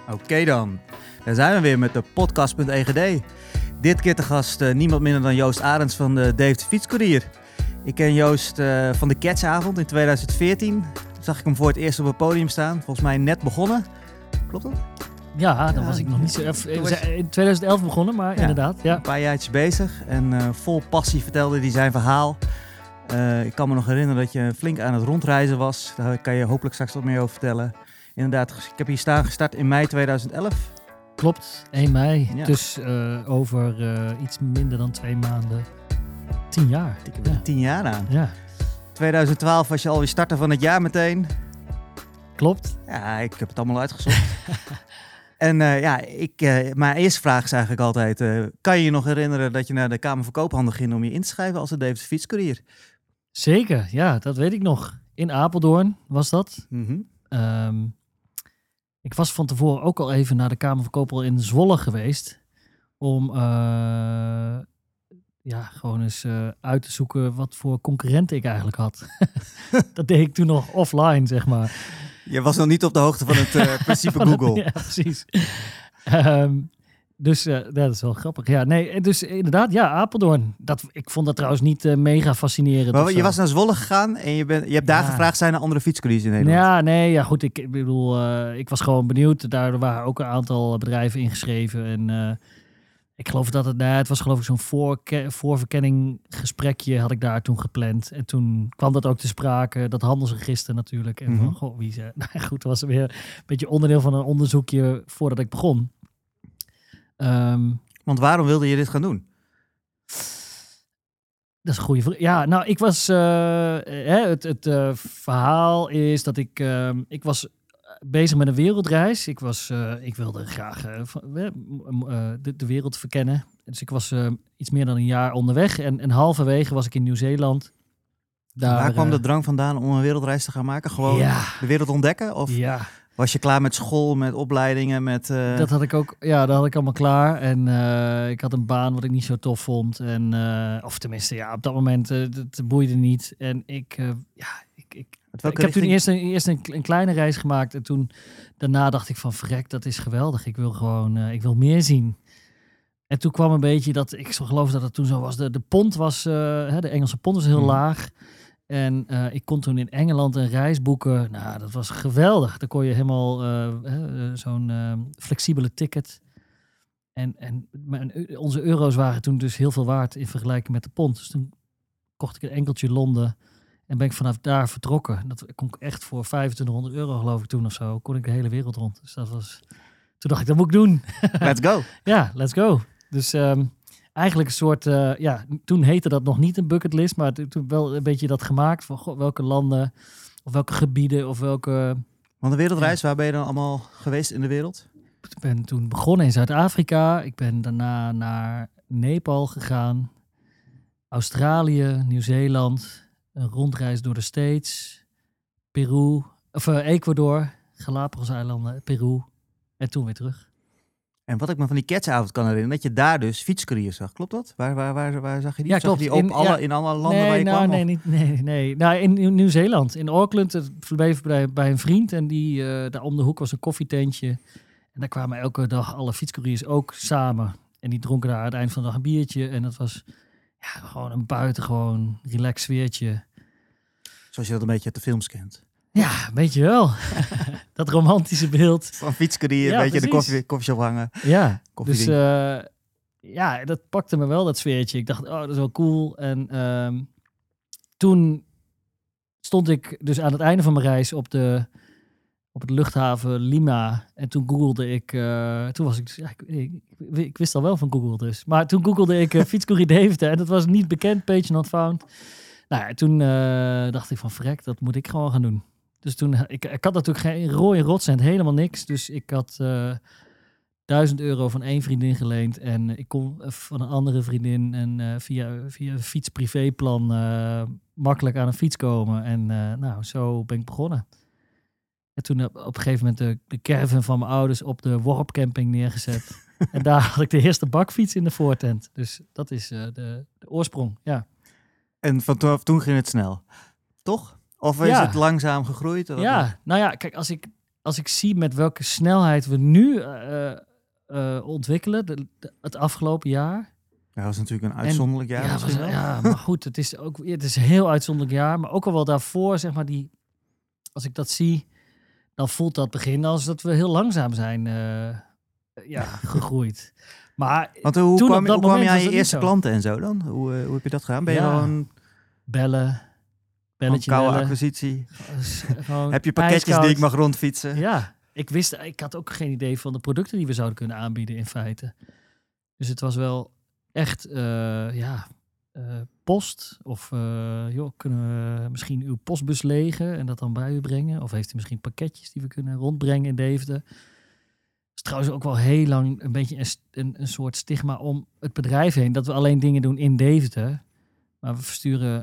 Oké dan, daar zijn we weer met de podcast.egd. Dit keer te gast niemand minder dan Joost Arends van de Deventer Fietscourier. Ik ken Joost van de Catchavond in 2014. Toen zag ik hem voor het eerst op het podium staan. Volgens mij net begonnen. Klopt dat? Ja, dan was ik nog niet zo... in 2011 begonnen, maar inderdaad. Ja. Een paar jaartjes bezig en vol passie vertelde hij zijn verhaal. Ik kan me nog herinneren dat je flink aan het rondreizen was. Daar kan je hopelijk straks wat meer over vertellen. Inderdaad, ik heb hier staan gestart in mei 2011. Klopt, 1 mei. Ja. Dus over iets minder dan 2 maanden. 10 jaar. Ik heb er 10 jaar aan. Ja, 2012 was je alweer starter van het jaar meteen. klopt. Ja, ik heb het allemaal uitgezocht. En mijn eerste vraag is eigenlijk altijd... kan je je nog herinneren dat je naar de Kamer van Koophandel ging om je in te schrijven als de Deventer Fietscourier? Zeker, ja, dat weet ik nog. In Apeldoorn was dat. Ik was van tevoren ook al even naar de Kamer van Koophandel in Zwolle geweest. Om gewoon eens uit te zoeken wat voor concurrenten ik eigenlijk had. Dat deed ik toen nog offline, zeg maar. Je was nog niet op de hoogte van het principe Google. Ja, precies. Dat is wel grappig. Ja, nee, dus inderdaad, ja, Apeldoorn. Ik vond dat trouwens niet mega fascinerend. Maar je was naar Zwolle gegaan en je hebt daar gevraagd zijn naar andere fietscouriers in Nederland. Ja, nee, ja goed. Ik bedoel, ik was gewoon benieuwd. Daar waren ook een aantal bedrijven ingeschreven. En ik geloof dat het was geloof ik zo'n voorverkenning gesprekje had ik daar toen gepland. En toen kwam dat ook te sprake, dat handelsregister natuurlijk. En van, goh, wie ze... Nou goed, dat was weer een beetje onderdeel van een onderzoekje voordat ik begon. Want waarom wilde je dit gaan doen? Dat is een goede vraag. Ja, nou, ik was... het verhaal is dat ik was bezig met een wereldreis. Ik wilde graag de wereld verkennen. Dus ik was iets meer dan een jaar onderweg. En halverwege was ik in Nieuw-Zeeland. Waar kwam de drang vandaan om een wereldreis te gaan maken? Gewoon de wereld ontdekken? Of was je klaar met school, met opleidingen? Dat had ik ook. Ja, dat had ik allemaal klaar. En ik had een baan wat ik niet zo tof vond. En, of tenminste, ja, op dat moment, het boeide niet. En ik heb toen eerst een kleine reis gemaakt. En daarna dacht ik van, verrek, dat is geweldig. Ik wil meer zien. En toen kwam een beetje dat, ik geloof dat het toen zo was. De pond was, de Engelse pond was heel laag. En ik kon toen in Engeland een reis boeken. Nou, dat was geweldig. Dan kon je helemaal zo'n flexibele ticket. En onze euro's waren toen dus heel veel waard in vergelijking met de pond. Dus toen kocht ik een enkeltje Londen. En ben ik vanaf daar vertrokken. Dat kon ik echt voor €2500 geloof ik toen of zo. Kon ik de hele wereld rond. Dus toen dacht ik, dat moet ik doen. Let's go. Ja, let's go. Dus eigenlijk een soort, toen heette dat nog niet een bucketlist. Maar toen wel een beetje dat gemaakt. Van welke landen of welke gebieden of welke... Want de wereldreis, waar ben je dan allemaal geweest in de wereld? Ik ben toen begonnen in Zuid-Afrika. Ik ben daarna naar Nepal gegaan. Australië, Nieuw-Zeeland... Een rondreis door de States, Peru, Ecuador, Galapagos-eilanden, Peru en toen weer terug. En wat ik me van die Catchavond kan herinneren, dat je daar dus fietscouriers zag. Klopt dat? Waar zag je die? Ja, klopt. Zag je die in alle landen waar je kwam? Nee. Nou, in Nieuw-Zeeland, in Auckland, het verbleef bij een vriend. En die daar om de hoek was een koffietentje. En daar kwamen elke dag alle fietscouriers ook samen. En die dronken daar aan het eind van de dag een biertje. En dat was... Ja, gewoon een buitengewoon relaxed sfeertje. Zoals je dat een beetje uit de films kent. Ja, weet je wel. Dat romantische beeld. Van fietscourier, een beetje precies. De koffieshop hangen. Ja, dus dat pakte me wel, dat sfeertje. Ik dacht, dat is wel cool. En toen stond ik dus aan het einde van mijn reis op de luchthaven Lima. En toen googelde ik... toen was ik... Dus, ik wist al wel van Google dus. Maar toen googelde ik Fietscourier Deventer. En dat was niet bekend, page not found. Nou ja, toen dacht ik van verrek, dat moet ik gewoon gaan doen. Dus toen... Ik had natuurlijk geen rode rotcent, helemaal niks. Dus ik had €1000 van één vriendin geleend. En ik kon van een andere vriendin en via een fietsprivéplan makkelijk aan een fiets komen. En zo ben ik begonnen. En toen op een gegeven moment de caravan van mijn ouders op de Worpcamping neergezet. En daar had ik de eerste bakfiets in de voortent. Dus dat is de oorsprong, ja. En vanaf toen ging het snel, toch? Of is het langzaam gegroeid? Ja, nou ja, kijk, als ik zie met welke snelheid we nu ontwikkelen, het afgelopen jaar. Ja, dat was natuurlijk een uitzonderlijk jaar. Misschien wel. Ja, maar goed, het is een heel uitzonderlijk jaar. Maar ook al wel daarvoor, zeg maar, als ik dat zie, dan voelt dat begin als dat we heel langzaam zijn gegroeid. Maar Want hoe kwam je aan je eerste eerste klanten en zo dan? Hoe heb je dat gedaan? Ben je gewoon belletje koude bellen. acquisitie? Gewoon heb je pakketjes ijskoud. die ik mag rondfietsen? Ja, ik had ook geen idee van de producten die we zouden kunnen aanbieden in feite. Dus het was wel echt, post. Of, kunnen we misschien uw postbus legen en dat dan bij u brengen? Of heeft u misschien pakketjes die we kunnen rondbrengen in Deventer? Het is trouwens ook wel heel lang een beetje een soort stigma om het bedrijf heen. Dat we alleen dingen doen in Deventer. Maar we versturen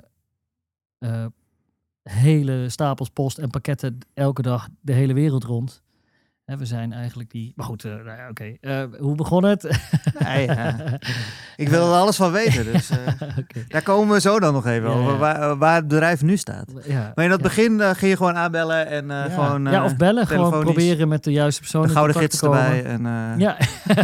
hele stapels post en pakketten elke dag de hele wereld rond. We zijn eigenlijk die... Maar goed, hoe begon het? Nee, ik wil er alles van weten, dus daar komen we zo dan nog even over. Waar het bedrijf nu staat. Ja, maar in dat begin ging je gewoon aanbellen en gewoon... of bellen, gewoon proberen met de juiste persoon de in gouden contact gids te komen. erbij. Ja.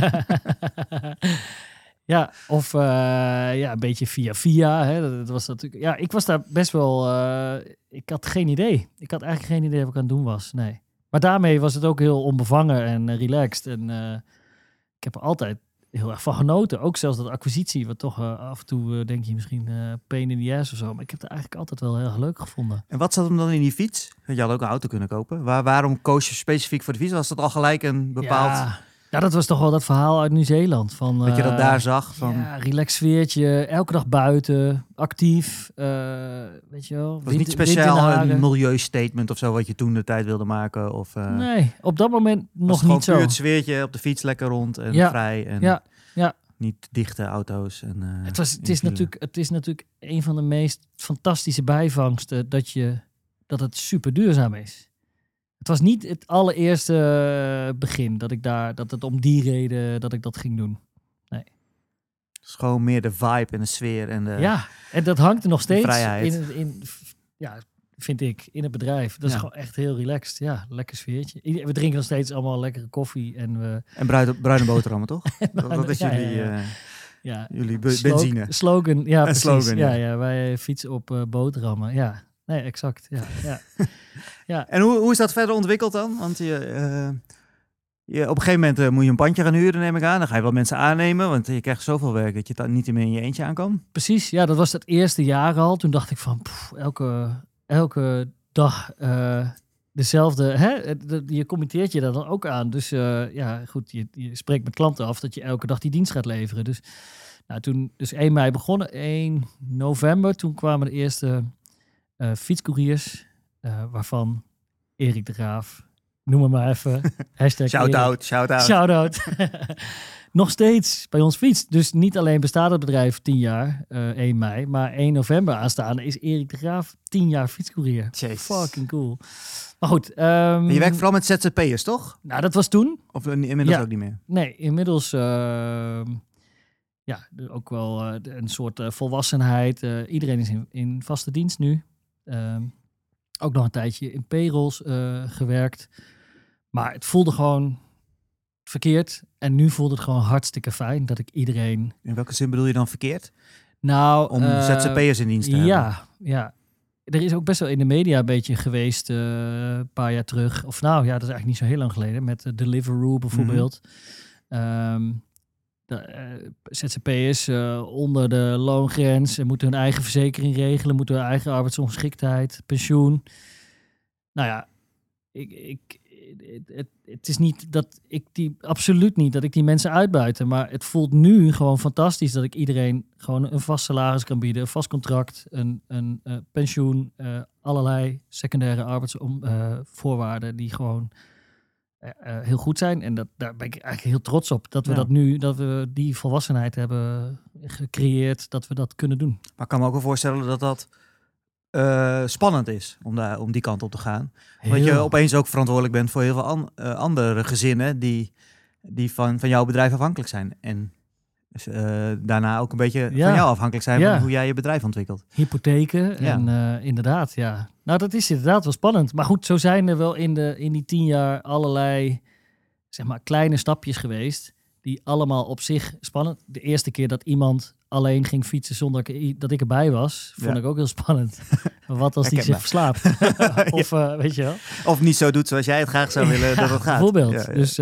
Ja, of een beetje via. Hè. Dat was natuurlijk... Ja, ik was daar best wel... ik had geen idee. Ik had eigenlijk geen idee wat ik aan het doen was. Nee. Maar daarmee was het ook heel onbevangen en relaxed. En ik heb er altijd heel erg van genoten. Ook zelfs dat acquisitie, wat toch af en toe denk je misschien pain in the ass of zo. Maar ik heb het eigenlijk altijd wel heel erg leuk gevonden. En wat zat hem dan in die fiets? Je had ook een auto kunnen kopen. Waarom koos je specifiek voor de fiets? Was dat al gelijk een bepaald... Ja, dat was toch wel dat verhaal uit Nieuw-Zeeland. Dat je dat daar zag? Van... Ja, relax sfeertje, elke dag buiten, actief, weet je wel. Het was niet speciaal een milieustatement of zo wat je toen de tijd wilde maken? Of, nee, op dat moment nog niet zo. Puur het sfeertje, op de fiets lekker rond en vrij en niet dichte auto's. En, het is natuurlijk een van de meest fantastische bijvangsten dat het super duurzaam is. Het was niet het allereerste begin dat het om die reden dat ik dat ging doen. Nee. Het is gewoon meer de vibe en de sfeer en de... Ja, en dat hangt er nog steeds vrijheid. Vind ik, in het bedrijf. Dat is gewoon echt heel relaxed. Ja, lekker sfeertje. We drinken nog steeds allemaal lekkere koffie. En bruine boterhammen, toch? dat is jullie benzine. Slogan, ja, precies. Slogan, ja, wij fietsen op boterhammen. Ja, nee, exact. Ja. En hoe is dat verder ontwikkeld dan? Want je op een gegeven moment moet je een pandje gaan huren, neem ik aan. Dan ga je wel mensen aannemen, want je krijgt zoveel werk dat je het niet meer in je eentje aan kan. Precies, ja, dat was het eerste jaar al. Toen dacht ik van, elke dag dezelfde. Hè? Je committeert je daar dan ook aan. Dus goed, je spreekt met klanten af dat je elke dag die dienst gaat leveren. Dus toen 1 mei begonnen, 1 november, toen kwamen de eerste fietscouriers, waarvan Erik de Graaf, noem hem maar even. Shout-out. Nog steeds bij ons fietst. Dus niet alleen bestaat het bedrijf 10 jaar, 1 mei, maar 1 november aanstaande is Erik de Graaf 10 jaar fietscourier. Fucking cool. Maar goed. Je werkt vooral met ZZP'ers, toch? Nou, dat was toen. Of inmiddels ook niet meer? Nee, inmiddels ook wel een soort volwassenheid. Iedereen is in vaste dienst nu. Ook nog een tijdje in payrolls gewerkt. Maar het voelde gewoon verkeerd. En nu voelt het gewoon hartstikke fijn dat ik iedereen... In welke zin bedoel je dan verkeerd? Nou... Om ZZP'ers in dienst te hebben? Ja. Er is ook best wel in de media een beetje geweest een paar jaar terug. Of dat is eigenlijk niet zo heel lang geleden. Met Deliveroo bijvoorbeeld. ZZP'ers onder de loongrens en moeten hun eigen verzekering regelen, moeten hun eigen arbeidsongeschiktheid, pensioen. Nou ja, het is niet dat ik absoluut niet dat ik die mensen uitbuiten, maar het voelt nu gewoon fantastisch dat ik iedereen gewoon een vast salaris kan bieden, een vast contract, een pensioen, allerlei secundaire arbeidsvoorwaarden die gewoon heel goed zijn. En daar ben ik eigenlijk heel trots op. Dat we dat we die volwassenheid hebben gecreëerd, dat we dat kunnen doen. Maar ik kan me ook wel voorstellen dat spannend is om die kant op te gaan. Want je opeens ook verantwoordelijk bent voor heel veel andere gezinnen die van jouw bedrijf afhankelijk zijn. En Dus daarna ook een beetje Ja. van jou afhankelijk zijn Ja. van hoe jij je bedrijf ontwikkelt. Hypotheken Ja. en inderdaad, ja. Nou, dat is inderdaad wel spannend. Maar goed, zo zijn er wel in die 10 jaar allerlei, zeg maar, kleine stapjes geweest die allemaal op zich spannend. De eerste keer dat iemand alleen ging fietsen zonder dat ik erbij was, vond ik ook heel spannend. Maar wat als die zich verslaapt? Of weet je wel? Of niet zo doet zoals jij het graag zou willen dat het gaat. Bijvoorbeeld. Ja, ja. Dus,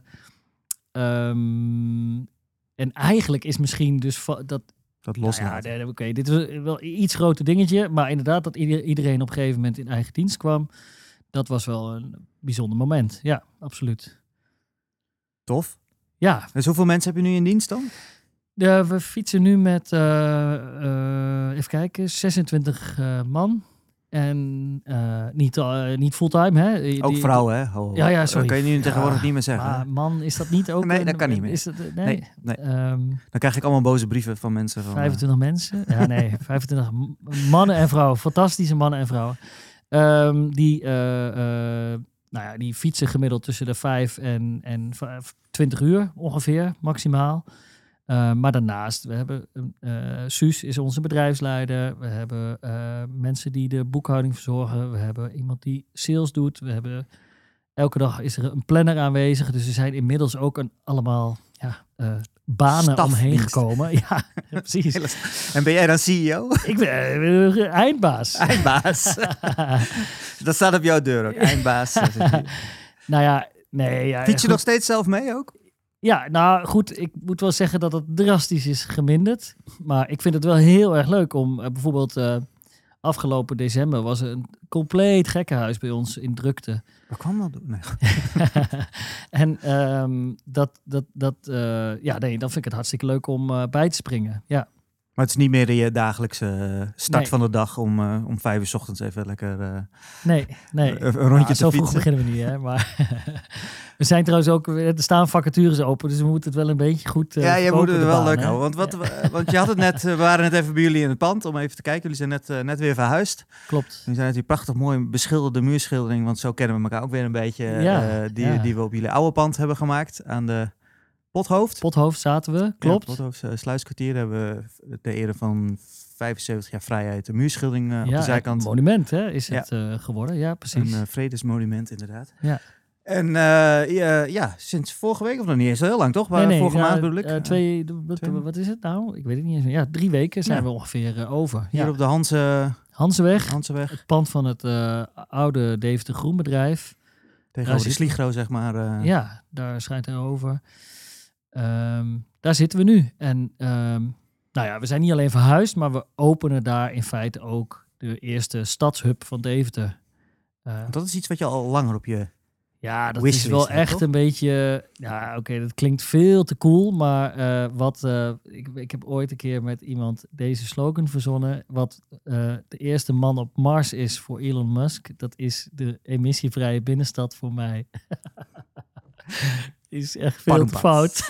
en eigenlijk is misschien dus dat... Dat loslaten. Nou ja, oké, dit is wel een iets groter dingetje. Maar inderdaad, dat iedereen op een gegeven moment in eigen dienst kwam. Dat was wel een bijzonder moment. Ja, absoluut. Tof. Ja. Dus hoeveel mensen heb je nu in dienst dan? We fietsen nu met, even kijken, 26 man. En niet fulltime, hè? Ook vrouwen, hè? Oh, Ja, sorry. Dat kan je nu tegenwoordig niet meer zeggen. Maar man, is dat niet ook... Nee, dat kan niet meer. Is dat, Nee. nee. Dan krijg ik allemaal boze brieven van mensen. Van, 25 mensen? Ja, nee. 25 mannen en vrouwen. Fantastische mannen en vrouwen. Die fietsen gemiddeld tussen de 5 en 20 uur ongeveer, maximaal. Maar daarnaast, we hebben Suus is onze bedrijfsleider. We hebben mensen die de boekhouding verzorgen. We hebben iemand die sales doet. We hebben elke dag is er een planner aanwezig. Dus er zijn inmiddels ook allemaal banen omheen gekomen. Ja, precies. En ben jij dan CEO? Ik ben eindbaas. Eindbaas. Dat staat op jouw deur ook. Eindbaas. Nou ja, nee. Ja, fiets je nog steeds zelf mee ook? Ja, nou goed, ik moet wel zeggen dat het drastisch is geminderd. Maar ik vind het wel heel erg leuk om bijvoorbeeld afgelopen december was er een compleet gekkenhuis bij ons in drukte. Waar kwam dat door? Nee. En dan vind ik het hartstikke leuk om bij te springen. Ja. Maar het is niet meer je dagelijkse start Nee. van de dag om 5 uur 's ochtends even lekker Nee. een rondje te zo vroeg fietsen. beginnen we niet, hè. Maar we zijn trouwens ook, er staan vacatures open, dus we moeten het wel een beetje goed Ja, je moet kopen, het de wel baan, leuk hè. houden. Want je had het net, we waren net even bij jullie in het pand om even te kijken. Jullie zijn net weer verhuisd. Klopt. Nu zijn het die prachtig mooi beschilderde muurschildering, want zo kennen we elkaar ook weer een beetje. Die we op jullie oude pand hebben gemaakt aan de Pothoofd. Pothoofd zaten we, klopt. Ja, Pothoofd Sluiskwartier hebben we ter ere van 75 jaar vrijheid de muurschildering op de zijkant. Een monument hè, is het geworden. Ja, precies. Een vredesmonument inderdaad. Ja. En sinds vorige week of nog niet eens zo heel lang toch? Vorige maand bedoel ik. Wat is het nou? Ik weet het niet eens. Ja, 3 weken zijn we ongeveer over. Hier op de Hanseweg. Hanseweg. Het pand van het oude Deventer Groenbedrijf. Tegenover de Sligro, zeg maar. Ja, daar schijnt er over. Daar zitten we nu. En we zijn niet alleen verhuisd, maar we openen daar in feite ook de eerste stadshub van Deventer. Dat is iets wat je al langer op je dat is wel echt toch? Een beetje... Ja, oké, dat klinkt veel te cool, maar ik heb ooit een keer met iemand deze slogan verzonnen. Wat de eerste man op Mars is voor Elon Musk, dat is de emissievrije binnenstad voor mij. Is echt veel te fout.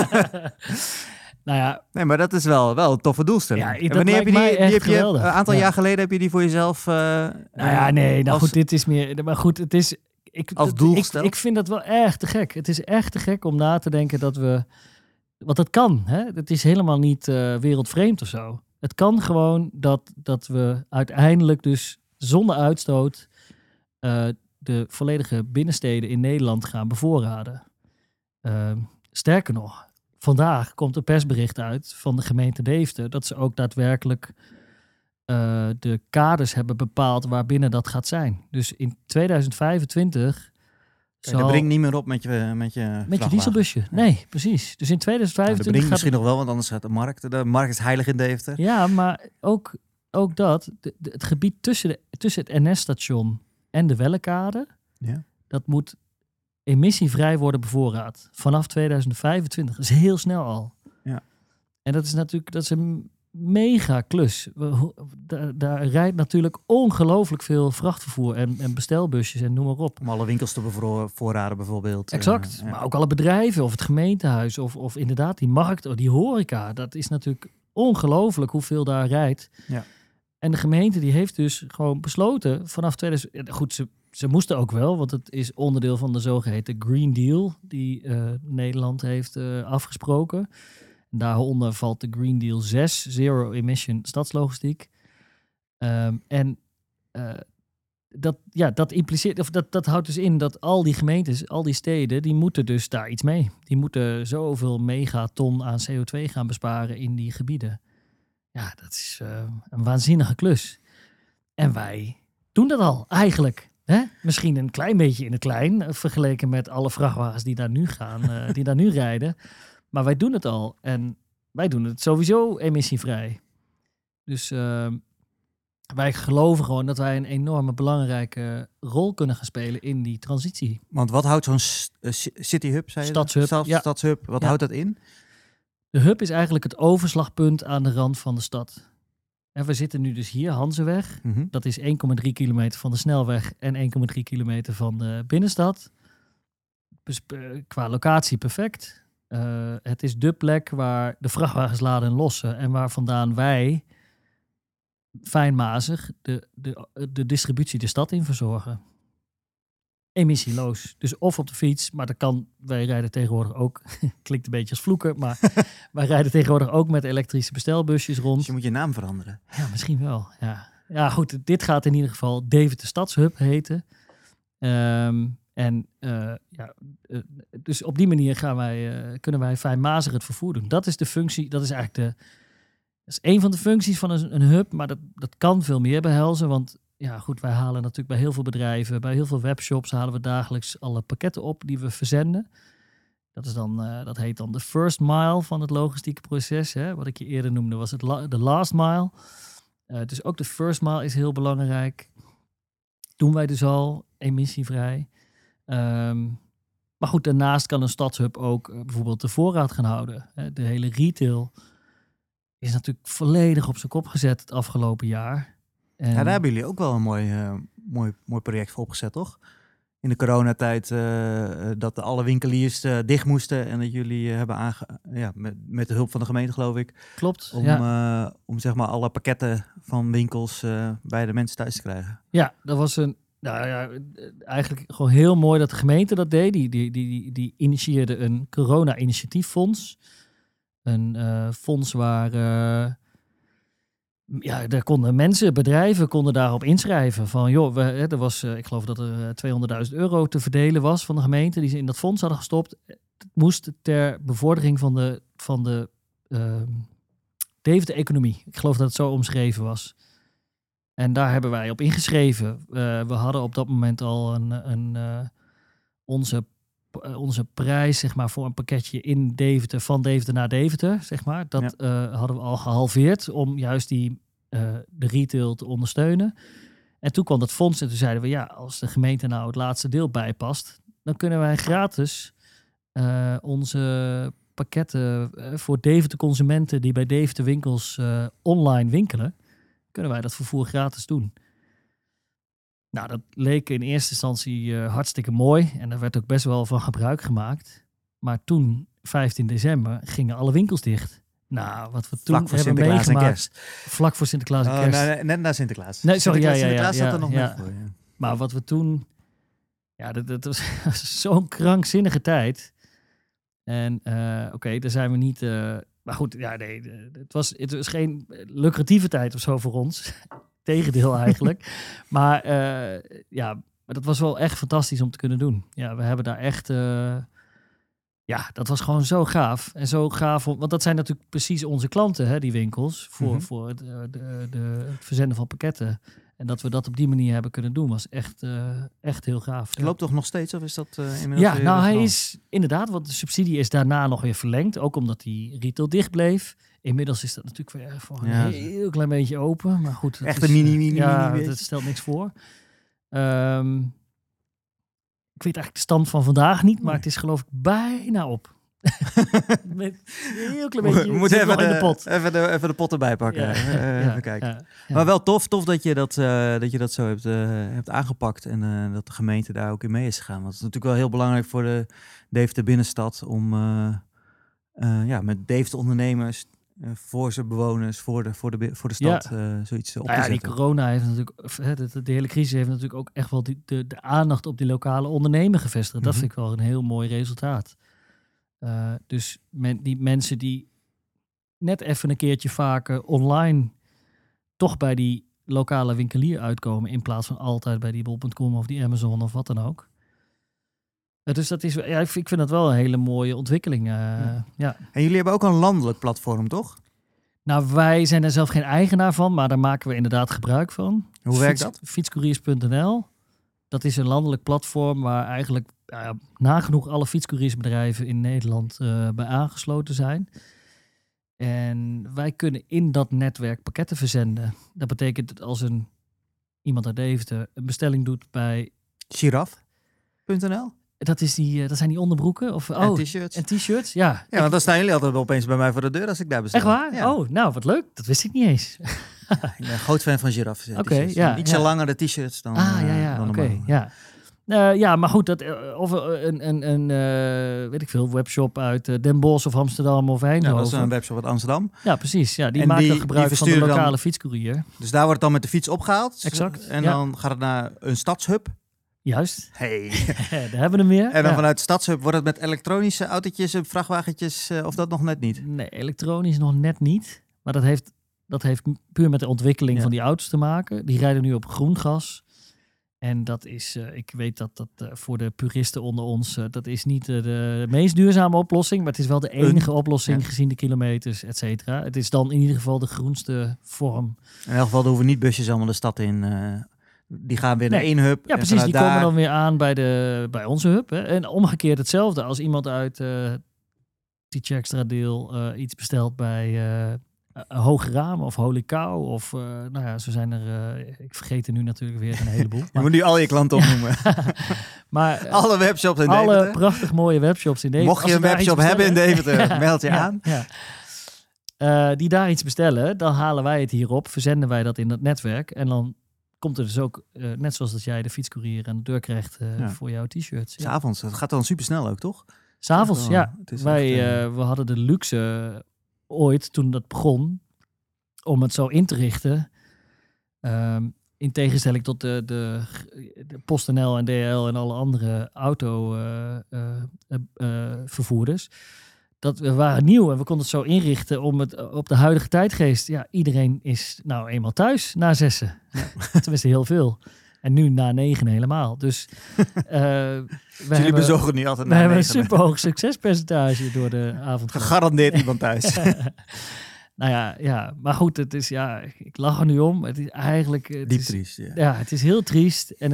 Nou ja. Nee, maar dat is wel een toffe doelstelling. Ja, en wanneer heb je die? Een aantal jaar geleden heb je die voor jezelf... goed, dit is meer... Maar goed, het is... Als doel gesteld? Ik vind dat wel echt te gek. Het is echt te gek om na te denken dat we... Want het kan, hè? Het is helemaal niet wereldvreemd of zo. Het kan gewoon dat we uiteindelijk dus zonder uitstoot... de volledige binnensteden in Nederland gaan bevoorraden. Sterker nog, vandaag komt een persbericht uit van de gemeente Deventer dat ze ook daadwerkelijk de kaders hebben bepaald waarbinnen dat gaat zijn. Dus in 2025... Dat brengt niet meer op met je dieselbusje. Ja. Nee, precies. Dus in 2025... dat brengt misschien nog wel, want anders gaat de markt... De markt is heilig in Deventer. Ja, maar ook dat. Het gebied tussen het NS-station en de Wellekade... Ja. Dat moet emissievrij worden bevoorraad. Vanaf 2025. Dat is heel snel al. Ja. En dat is een mega klus. Daar rijdt natuurlijk ongelooflijk veel vrachtvervoer en bestelbusjes en noem maar op. Om alle winkels te bevoorraden bijvoorbeeld. Exact. Maar ook alle bedrijven of het gemeentehuis of inderdaad die markt of die horeca. Dat is natuurlijk ongelooflijk hoeveel daar rijdt. Ja. En de gemeente die heeft dus gewoon besloten vanaf 2000... Goed, ze moesten ook wel, want het is onderdeel van de zogeheten Green Deal die Nederland heeft afgesproken. Daaronder valt de Green Deal 6, Zero Emission Stadslogistiek. Dat impliceert, of dat houdt dus in dat al die gemeentes, al die steden, die moeten dus daar iets mee. Die moeten zoveel megaton aan CO2 gaan besparen in die gebieden. Ja, dat is een waanzinnige klus. En wij doen dat al, eigenlijk. Hè? Misschien een klein beetje in het klein, vergeleken met alle vrachtwagens die daar nu gaan, die daar nu rijden. Maar wij doen het al. En wij doen het sowieso emissievrij. Dus wij geloven gewoon dat wij een enorme belangrijke rol kunnen gaan spelen in die transitie. Want wat houdt zo'n city hub, zei je? Stadshub, ja. Stadshub, wat houdt dat in? De hub is eigenlijk het overslagpunt aan de rand van de stad. En we zitten nu dus hier, Hanzeweg. Mm-hmm. Dat is 1,3 kilometer van de snelweg en 1,3 kilometer van de binnenstad. Dus qua locatie perfect. Het is de plek waar de vrachtwagens laden en lossen en waar vandaan wij fijnmazig de distributie de stad in verzorgen. Emissieloos. Dus of op de fiets, maar dat kan. Wij rijden tegenwoordig ook. Klinkt een beetje als vloeken, maar wij rijden tegenwoordig ook met elektrische bestelbusjes rond. Dus je moet je naam veranderen. Ja, misschien wel. Ja, goed. Dit gaat in ieder geval Deventer Stadshub heten. Dus op die manier kunnen wij fijnmazig het vervoer doen. Dat is de functie. Dat is eigenlijk dat is een van de functies van een hub, maar dat kan veel meer behelzen. Want ja, goed, wij halen natuurlijk bij heel veel bedrijven, bij heel veel webshops halen we dagelijks alle pakketten op die we verzenden. Dat heet dan de first mile van het logistieke proces. Hè? Wat ik je eerder noemde was de last mile. Dus ook de first mile is heel belangrijk. Doen wij dus al emissievrij. Maar goed, daarnaast kan een stadshub ook bijvoorbeeld de voorraad gaan houden. De hele retail is natuurlijk volledig op zijn kop gezet het afgelopen jaar. En Ja, daar hebben jullie ook wel een mooi project voor opgezet, toch? In de coronatijd dat alle winkeliers dicht moesten en dat jullie hebben met de hulp van de gemeente, geloof ik. Klopt. Om zeg maar alle pakketten van winkels bij de mensen thuis te krijgen. Ja, dat was eigenlijk gewoon heel mooi dat de gemeente dat deed. Die initieerde een corona-initiatieffonds. Een fonds waar daar konden mensen, bedrijven konden daarop inschrijven. Van joh, er was, ik geloof dat er €200.000 te verdelen was van de gemeente die ze in dat fonds hadden gestopt. Het moest ter bevordering van de Deventer-economie. Ik geloof dat het zo omschreven was. En daar hebben wij op ingeschreven. We hadden op dat moment al onze prijs, zeg maar, voor een pakketje in Deventer, van Deventer naar Deventer, zeg maar. Dat hadden we al gehalveerd om juist de retail te ondersteunen. En toen kwam dat fonds en toen zeiden we, ja, als de gemeente nou het laatste deel bijpast, dan kunnen wij gratis onze pakketten voor Deventer consumenten die bij Deventer winkels online winkelen, kunnen wij dat vervoer gratis doen. Nou, dat leek in eerste instantie hartstikke mooi. En daar werd ook best wel van gebruik gemaakt. Maar toen, 15 december, gingen alle winkels dicht. Nou, wat we toen hebben meegemaakt. Vlak voor Sinterklaas en Kerst. Nee, net na Sinterklaas. Nee, sorry, Sinterklaas zat er nog net voor. Ja. Maar wat we toen... Ja, dat was zo'n krankzinnige tijd. En daar zijn we niet... maar goed, ja, nee, het was geen lucratieve tijd of zo voor ons. Tegendeel eigenlijk. Maar dat was wel echt fantastisch om te kunnen doen. Ja, we hebben daar echt... dat was gewoon zo gaaf. En zo gaaf, want dat zijn natuurlijk precies onze klanten, hè, die winkels. Voor het verzenden van pakketten. En dat we dat op die manier hebben kunnen doen, was echt heel gaaf. Het loopt toch nog steeds, of is dat inmiddels? Ja, nou hij is inderdaad, want de subsidie is daarna nog weer verlengd. Ook omdat die retail dicht bleef. Inmiddels is dat natuurlijk weer voor een heel klein beetje open. Maar goed, echt een mini. Ja, dat stelt niks voor. Ik weet eigenlijk de stand van vandaag niet, maar het is geloof ik bijna op. Met een heel klein beetje. We moeten even in de pot. Even de pot erbij pakken. Even kijken. Ja. Maar wel tof dat je dat zo hebt aangepakt en dat de gemeente daar ook in mee is gegaan. Want het is natuurlijk wel heel belangrijk voor de Deventer binnenstad om met Deventer ondernemers voor zijn bewoners, voor de stad zoiets op te zetten. Die corona heeft natuurlijk, de hele crisis heeft natuurlijk ook echt wel de aandacht op die lokale ondernemer gevestigd. Dat vind ik wel een heel mooi resultaat. Dus die mensen die net even een keertje vaker online toch bij die lokale winkelier uitkomen in plaats van altijd bij die bol.com of die Amazon of wat dan ook. Dus dat is, ja, ik vind dat wel een hele mooie ontwikkeling. Ja. En jullie hebben ook een landelijk platform, toch? Nou, wij zijn er zelf geen eigenaar van, maar daar maken we inderdaad gebruik van. Hoe werkt dat? Fietscouriers.nl. Dat is een landelijk platform waar eigenlijk nagenoeg alle fietscouriersbedrijven in Nederland bij aangesloten zijn. En wij kunnen in dat netwerk pakketten verzenden. Dat betekent dat als iemand uit Deventer een bestelling doet bij... Giraffe.nl? Dat zijn die onderbroeken? En t-shirts. En t-shirts, ja. Ja, want dan staan jullie altijd opeens bij mij voor de deur als ik daar bestel. Echt waar? Ja. Oh, nou, wat leuk. Dat wist ik niet eens. Ik ben een groot fan van Giraffe. Oké, ja. Ietsje langere t-shirts dan dan oké, normaal. ja. Ja, maar goed, of een weet ik veel, webshop uit Den Bosch of Amsterdam of Eindhoven. Ja, dat is een webshop uit Amsterdam. Ja, precies. Ja, die En maken die gebruik van de lokale dan, fietscourier. Dus daar wordt het dan met de fiets opgehaald. Exact. En dan gaat het naar een stadshub. Juist. Hey. Daar hebben we hem weer. En dan vanuit de stadshub wordt het met elektronische autootjes en vrachtwagentjes, of dat nog net niet? Nee, elektronisch nog net niet. Maar dat heeft puur met de ontwikkeling van die auto's te maken. Die rijden nu op groen gas. En dat is, ik weet dat voor de puristen onder ons, dat is niet de meest duurzame oplossing. Maar het is wel de enige oplossing gezien de kilometers, et cetera. Het is dan in ieder geval de groenste vorm. In elk geval, er hoeven niet busjes allemaal de stad in. Die gaan weer naar één hub. Ja, precies. Die komen dan weer aan bij onze hub. Hè. En omgekeerd hetzelfde. Als iemand uit Teach Extra deel iets bestelt bij Hoge Ramen of Holy Cow. Of nou ja, zo zijn er... ik vergeet er nu natuurlijk weer een heleboel. Je moet nu al je klanten opnoemen. Maar alle webshops in Deventer. Alle prachtig mooie webshops in Deventer. Mocht je een webshop hebben in Deventer, meld je aan. Ja. Die daar iets bestellen, dan halen wij het hier op. Verzenden wij dat in dat netwerk. En dan komt er dus ook, net zoals dat jij de fietscourier aan de deur krijgt voor jouw t-shirts. Ja. 's Avonds, dat gaat dan super snel ook, toch? 's Avonds, ja. We hadden de luxe ooit, toen dat begon, om het zo in te richten. In tegenstelling tot de PostNL en DHL en alle andere autovervoerders. Dat we waren nieuw en we konden het zo inrichten om het op de huidige tijdgeest. Ja, iedereen is nou eenmaal thuis na 6. Ja. Tenminste heel veel. En nu na 9 helemaal. Dus jullie bezorgen nu altijd na 9. We hebben een superhoog succespercentage door de avond. Gegarandeerd iemand thuis. Nou ja, maar goed, het is, ik lach er nu om. Het is eigenlijk... Diep triest, ja. Ja, het is heel triest. En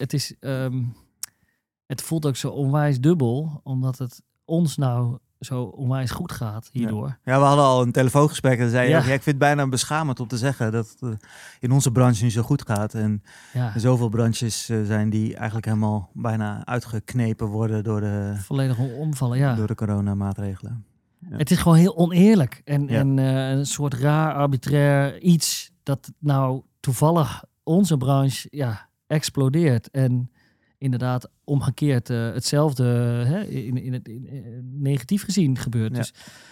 het voelt ook zo onwijs dubbel, omdat het ons nou zo onwijs goed gaat hierdoor. Ja, we hadden al een telefoongesprek en zei je, ik vind het bijna beschamend om te zeggen dat het in onze branche nu zo goed gaat. En er zoveel branches zijn die eigenlijk helemaal bijna uitgeknepen worden door de... Volledig omvallen, ja. Door de coronamaatregelen. Ja. Het is gewoon heel oneerlijk. En een soort raar, arbitrair iets dat nou toevallig onze branche explodeert. En inderdaad omgekeerd hetzelfde in negatief gezien gebeurt. Ja. Dus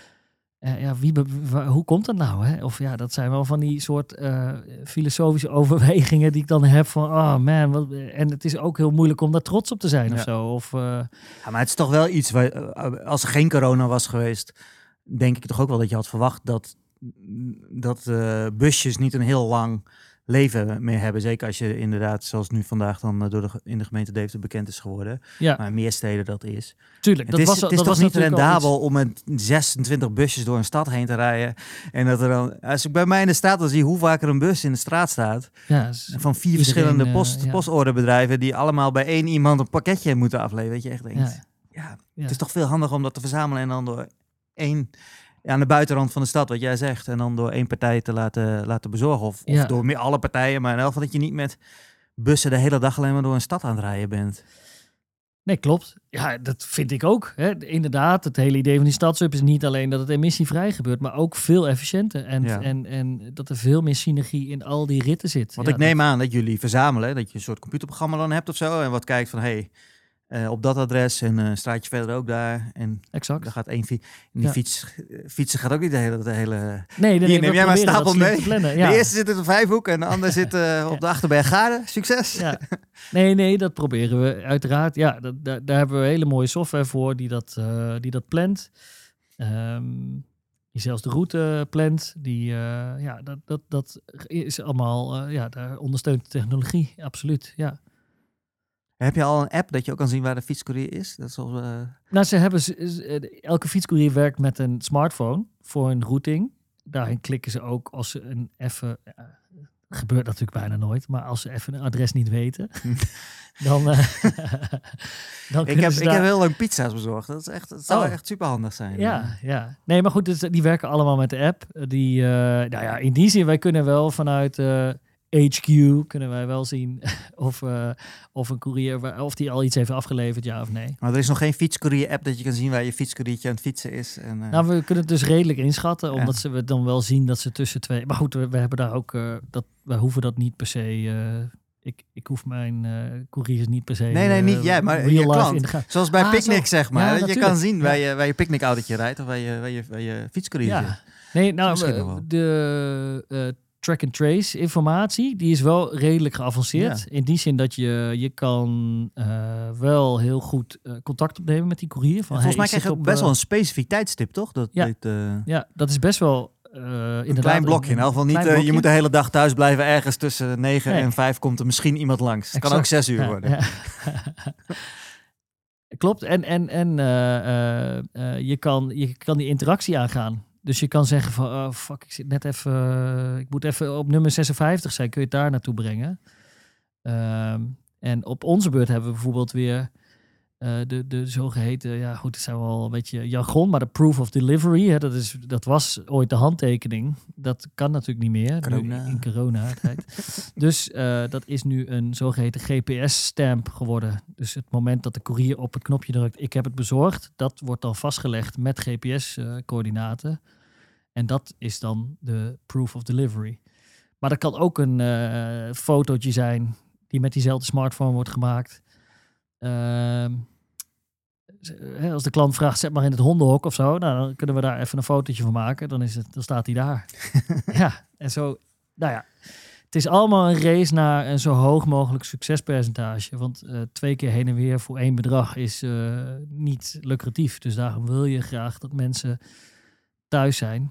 hoe komt dat nou? Hè? Of dat zijn wel van die soort filosofische overwegingen die ik dan heb van, oh man, en het is ook heel moeilijk om daar trots op te zijn of zo. Of, Ja, maar het is toch wel iets, als er geen corona was geweest, denk ik toch ook wel dat je had verwacht dat busjes niet een heel lang leven meer hebben. Zeker als je inderdaad, zoals nu vandaag dan in de gemeente Deventer bekend is geworden. Ja. Maar meer steden dat is. Tuurlijk. Het is toch niet rendabel om met 26 busjes door een stad heen te rijden. En dat er dan, als ik bij mij in de straat dan zie hoe vaak er een bus in de straat staat. Ja, van 4 verschillende postorderbedrijven die allemaal bij één iemand een pakketje moeten afleveren. Dat je echt denkt, het is toch veel handiger om dat te verzamelen en dan door één... aan de buitenrand van de stad, wat jij zegt. En dan door één partij te laten bezorgen. Of door alle partijen. Maar in elk geval dat je niet met bussen de hele dag alleen maar door een stad aan het rijden bent. Nee, klopt. Ja, dat vind ik ook. Hè. Inderdaad, het hele idee van die stadshub is niet alleen dat het emissievrij gebeurt, maar ook veel efficiënter. En dat er veel meer synergie in al die ritten zit. Want ik neem aan dat jullie verzamelen. Dat je een soort computerprogramma dan hebt of zo. En wat kijkt van, op dat adres en een straatje verder ook daar. En exact. Daar gaat één fietsen gaat ook niet de hele... Nee, neem jij maar een stapel mee. De eerste zit in de Vijfhoek en de andere zit op de Achterbergade. Succes! Ja. Nee, dat proberen we uiteraard. Ja, daar hebben we hele mooie software voor die dat plant. je zelfs de route plant. Dat is allemaal, daar ondersteunt de technologie, absoluut, ja. Heb je al een app dat je ook kan zien waar de fietscourier is? Dat is al, Nou, ze hebben elke fietscourier werkt met een smartphone voor een routing. Daarin klikken ze ook als ze een even... gebeurt natuurlijk bijna nooit, maar als ze even een adres niet weten, dan ik heb heel lang pizza's bezorgd. Dat zou echt super handig zijn. Ja. Nee, maar goed, dus die werken allemaal met de app. In die zin, wij kunnen wel vanuit HQ kunnen wij wel zien of een courier, of die al iets heeft afgeleverd, ja of nee. Maar er is nog geen fietscourier-app dat je kan zien waar je fietscouriertje aan het fietsen is. En, Nou, we kunnen het dus redelijk inschatten, omdat we dan wel zien dat ze tussen twee... Maar goed, we hebben daar ook... we hoeven dat niet per se... Ik hoef mijn couriers niet per se... Nee, niet jij, maar je klant. Zoals bij Picnic, zeg maar. Ja, dat je kan zien waar je picknickautootje rijdt of waar je fietscouriertje is. Nee, nou, de track and trace informatie, die is wel redelijk geavanceerd. Ja. In die zin dat je kan wel heel goed contact opnemen met die courier. Volgens mij krijg je ook best wel een specifiek tijdstip, toch? Ja, dat is best wel... een klein blokje. In elk geval niet, je moet de hele dag thuis blijven. Ergens tussen 9 en 5 komt er misschien iemand langs. Het kan ook 6 uur worden. Ja. Klopt. En je kan die interactie aangaan. Dus je kan zeggen van, fuck, ik moet even op nummer 56 zijn. Kun je het daar naartoe brengen? En op onze beurt hebben we bijvoorbeeld weer de zogeheten, het zijn wel een beetje jargon, maar de proof of delivery, hè, dat was ooit de handtekening. Dat kan natuurlijk niet meer in corona-tijd. Dus dat is nu een zogeheten GPS-stamp geworden. Dus het moment dat de courier op het knopje drukt, ik heb het bezorgd, dat wordt dan vastgelegd met GPS-coördinaten. En dat is dan de proof of delivery. Maar dat kan ook een fotootje zijn die met diezelfde smartphone wordt gemaakt. Als de klant vraagt, zet maar in het hondenhok of zo, nou, dan kunnen we daar even een fotootje van maken. Dan staat hij daar. Ja, en zo, nou ja. Het is allemaal een race naar een zo hoog mogelijk succespercentage. Want 2 keer heen en weer voor 1 bedrag is niet lucratief. Dus daarom wil je graag dat mensen thuis zijn.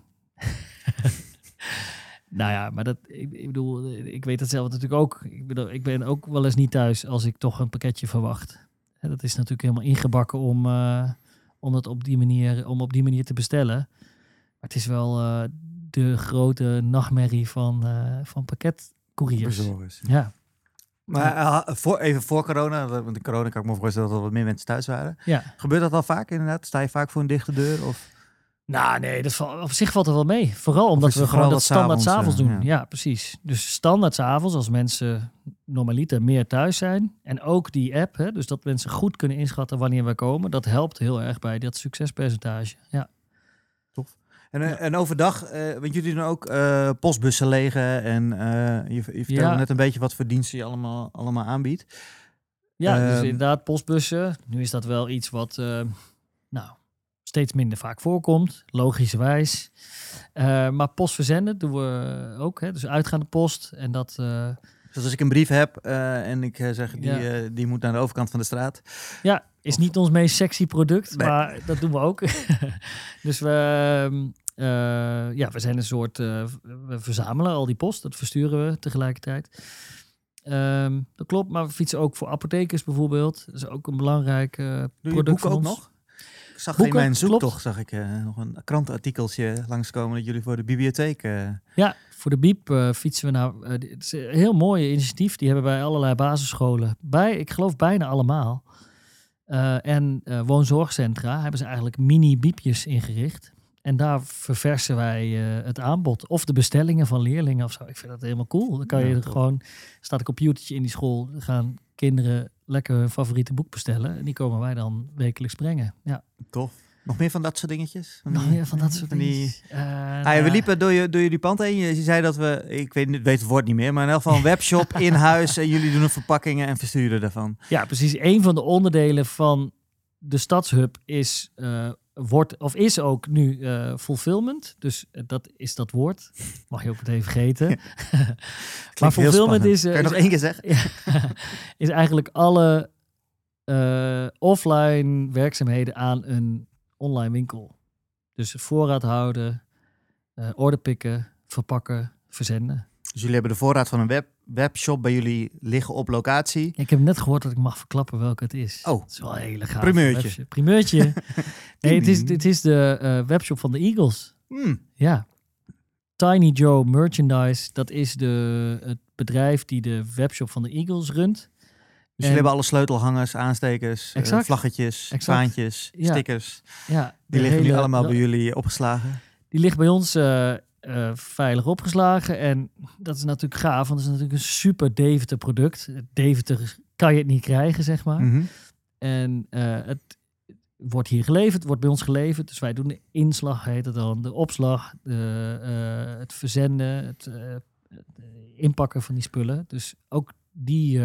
Nou ja, maar ik bedoel, ik weet het zelf natuurlijk ook. Ik ben ook wel eens niet thuis als ik toch een pakketje verwacht. Dat is natuurlijk helemaal ingebakken om op die manier te bestellen. Maar het is wel de grote nachtmerrie van pakketcouriers. Ja. Maar even voor corona, want de corona kan ik me voorstellen dat er wat meer mensen thuis waren. Ja. Gebeurt dat al vaak inderdaad? Sta je vaak voor een dichte deur? Of? Nou nee, op zich valt het wel mee. Vooral omdat we gewoon dat standaard 's avonds doen. Ja, precies. Dus standaard 's avonds, als mensen normaliter meer thuis zijn. En ook die app, hè, dus dat mensen goed kunnen inschatten wanneer we komen. Dat helpt heel erg bij dat succespercentage. Ja. Tof. En overdag, want jullie doen ook postbussen legen. En je vertelde net een beetje wat voor diensten je allemaal aanbiedt. Ja, dus inderdaad postbussen. Nu is dat wel iets wat... steeds minder vaak voorkomt, logischerwijs. Maar post verzenden doen we ook. Hè? Dus uitgaande post. En dat... Dus als ik een brief heb en ik zeg die moet naar de overkant van de straat. Ja, is niet ons meest sexy product, nee. Maar dat doen we ook. Dus we zijn een soort... we verzamelen al die post, dat versturen we tegelijkertijd. Dat klopt, maar we fietsen ook voor apothekers bijvoorbeeld. Dat is ook een belangrijk product van ons. Nog? Ik zag in mijn zoektocht nog een krantenartikeltje langskomen dat jullie voor de bibliotheek... Ja, voor de Biep fietsen we naar... het is een heel mooi initiatief. Die hebben bij allerlei basisscholen. Ik geloof bijna allemaal. En woonzorgcentra hebben ze eigenlijk mini-biepjes ingericht. En daar verversen wij het aanbod. Of de bestellingen van leerlingen of zo. Ik vind dat helemaal cool. Dan kan je gewoon... staat een computertje in die school. Gaan kinderen lekker hun favoriete boek bestellen. En die komen wij dan wekelijks brengen. Ja. Tof. Nog meer van dat soort dingetjes? Nog meer van dat soort dingetjes. We liepen door jullie pand heen. Je zei dat we, ik weet het woord niet meer, maar in elk geval een webshop in huis. En jullie doen de verpakkingen en versturen daarvan. Ja, precies. Een van de onderdelen van de Stadshub is ook nu fulfillment. Dus dat is dat woord. Mag je ook meteen vergeten. Maar fulfillment is... Kan je nog 1 keer zeggen? Is eigenlijk alle offline werkzaamheden aan een online winkel. Dus voorraad houden, orderpikken, verpakken, verzenden. Dus jullie hebben de voorraad van een webshop bij jullie liggen op locatie. Ik heb net gehoord dat ik mag verklappen welke het is. Oh, het is wel een hele gaaf primeurtje. Primeurtje. Nee, het is de webshop van de Eagles. Ja. Tiny Joe Merchandise, dat is het bedrijf die de webshop van de Eagles runt. Dus jullie hebben alle sleutelhangers, aanstekers, vlaggetjes, vaantjes, stickers. Ja, die liggen nu allemaal bij jullie opgeslagen. Die liggen bij ons veilig opgeslagen. En dat is natuurlijk gaaf, want het is natuurlijk een super Deventer product. Deventer kan je het niet krijgen, zeg maar. Mm-hmm. En het wordt hier geleverd, wordt bij ons geleverd. Dus wij doen de inslag, heet het dan, de opslag, het verzenden, het inpakken van die spullen. Dus ook die,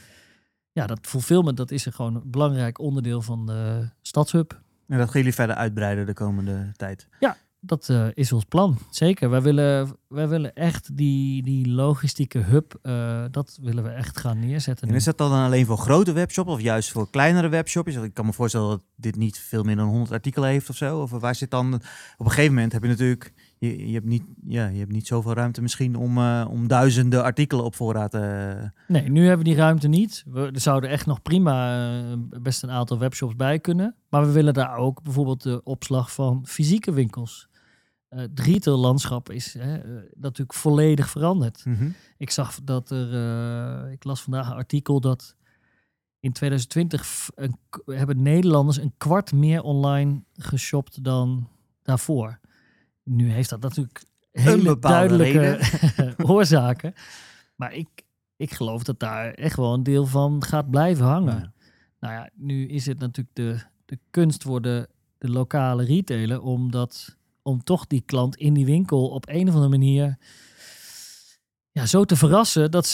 dat fulfillment, dat is er gewoon een belangrijk onderdeel van de stadshub. En dat gaan jullie verder uitbreiden de komende tijd? Ja, dat is ons plan. Zeker. Wij willen echt die logistieke hub, dat willen we echt gaan neerzetten. En is dat dan alleen voor grote webshops of juist voor kleinere webshops? Ik kan me voorstellen dat dit niet veel meer dan 100 artikelen heeft of zo. Of waar zit dan... Op een gegeven moment heb je natuurlijk... Je hebt niet zoveel ruimte misschien om duizenden artikelen op voorraad te... Nee, nu hebben we die ruimte niet. Er zouden echt nog prima best een aantal webshops bij kunnen. Maar we willen daar ook bijvoorbeeld de opslag van fysieke winkels. Het retail-landschap is natuurlijk volledig veranderd. Mm-hmm. Ik zag dat ik las vandaag een artikel dat in 2020 hebben Nederlanders een kwart meer online geshopt dan daarvoor. Nu heeft dat natuurlijk hele duidelijke oorzaken. Maar ik geloof dat daar echt wel een deel van gaat blijven hangen. Ja. Nou ja, nu is het natuurlijk de kunst voor de lokale retailer om toch die klant in die winkel op een of andere manier zo te verrassen dat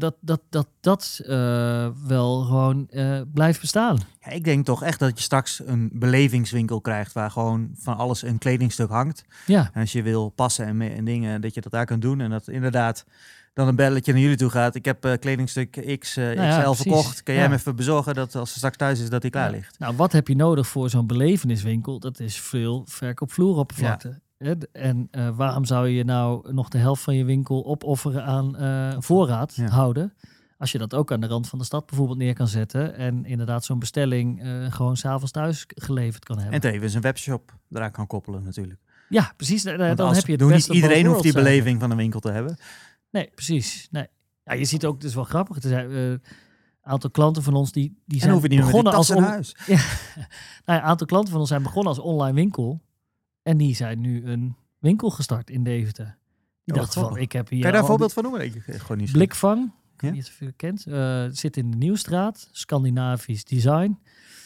dat wel gewoon blijft bestaan. Ja, ik denk toch echt dat je straks een belevingswinkel krijgt waar gewoon van alles een kledingstuk hangt. Ja. En als je wil passen en dingen, dat je dat daar kan doen. En dat inderdaad dan een belletje naar jullie toe gaat. Ik heb kledingstuk XL verkocht. Kan jij hem even bezorgen dat als ze straks thuis is dat hij klaar ligt? Nou, wat heb je nodig voor zo'n beleveniswinkel? Dat is veel verkoopvloeroppervlakte. Ja. En waarom zou je nou nog de helft van je winkel opofferen aan voorraad houden? Als je dat ook aan de rand van de stad bijvoorbeeld neer kan zetten. En inderdaad zo'n bestelling gewoon 's avonds thuis geleverd kan hebben. En tevens een webshop eraan kan koppelen natuurlijk. Ja, precies. Dan heb je het niet beste. iedereen hoeft die beleving van een winkel te hebben. Nee, precies. Nee. Ja, je ziet ook, het is wel grappig. Er zijn een aantal klanten van ons die zijn hoeven niet begonnen als huis. Ja, een aantal klanten van ons zijn begonnen als online winkel. En die zijn nu een winkel gestart in Deventer. Die dachten van, ik heb hier... Kan je daar een voorbeeld van noemen? Gewoon niet Blikvang, ik weet niet of je het kent. Zit in de Nieuwstraat. Scandinavisch design.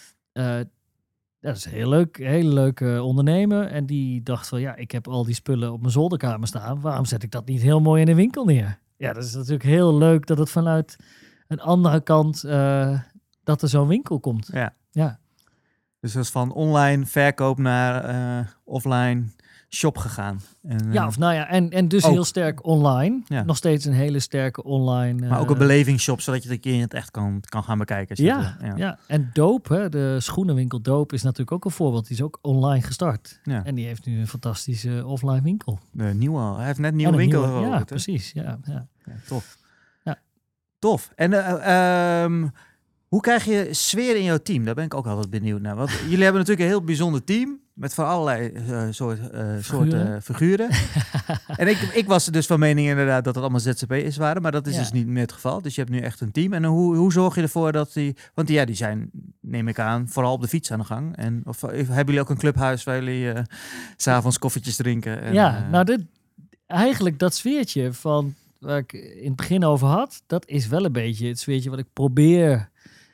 Dat is heel hele leuke ondernemer. En die dacht van, ik heb al die spullen op mijn zolderkamer staan. Waarom zet ik dat niet heel mooi in een winkel neer? Ja, dat is natuurlijk heel leuk dat het vanuit een andere kant dat er zo'n winkel komt. Ja. Dus dat is van online verkoop naar offline shop gegaan. En, en dus ook heel sterk online. Ja. Nog steeds een hele sterke online... maar ook een belevingsshop, zodat je het een keer in het echt kan gaan bekijken. Ja. En Doop, de schoenenwinkel Doop, is natuurlijk ook een voorbeeld. Die is ook online gestart. Ja. En die heeft nu een fantastische offline winkel. Hij heeft net een nieuwe winkel. Ja, precies. Ja, tof. Ja. Tof. En hoe krijg je sfeer in jouw team? Daar ben ik ook altijd benieuwd naar. Want jullie hebben natuurlijk een heel bijzonder team met van allerlei soorten figuren. En ik was dus van mening inderdaad dat het allemaal ZZP'ers waren, maar dat is dus niet meer het geval. Dus je hebt nu echt een team. En hoe zorg je ervoor dat want die zijn, neem ik aan, vooral op de fiets aan de gang. En of hebben jullie ook een clubhuis waar jullie 's avonds koffietjes drinken? En, eigenlijk dat sfeertje van waar ik in het begin over had, dat is wel een beetje het sfeertje wat ik probeer.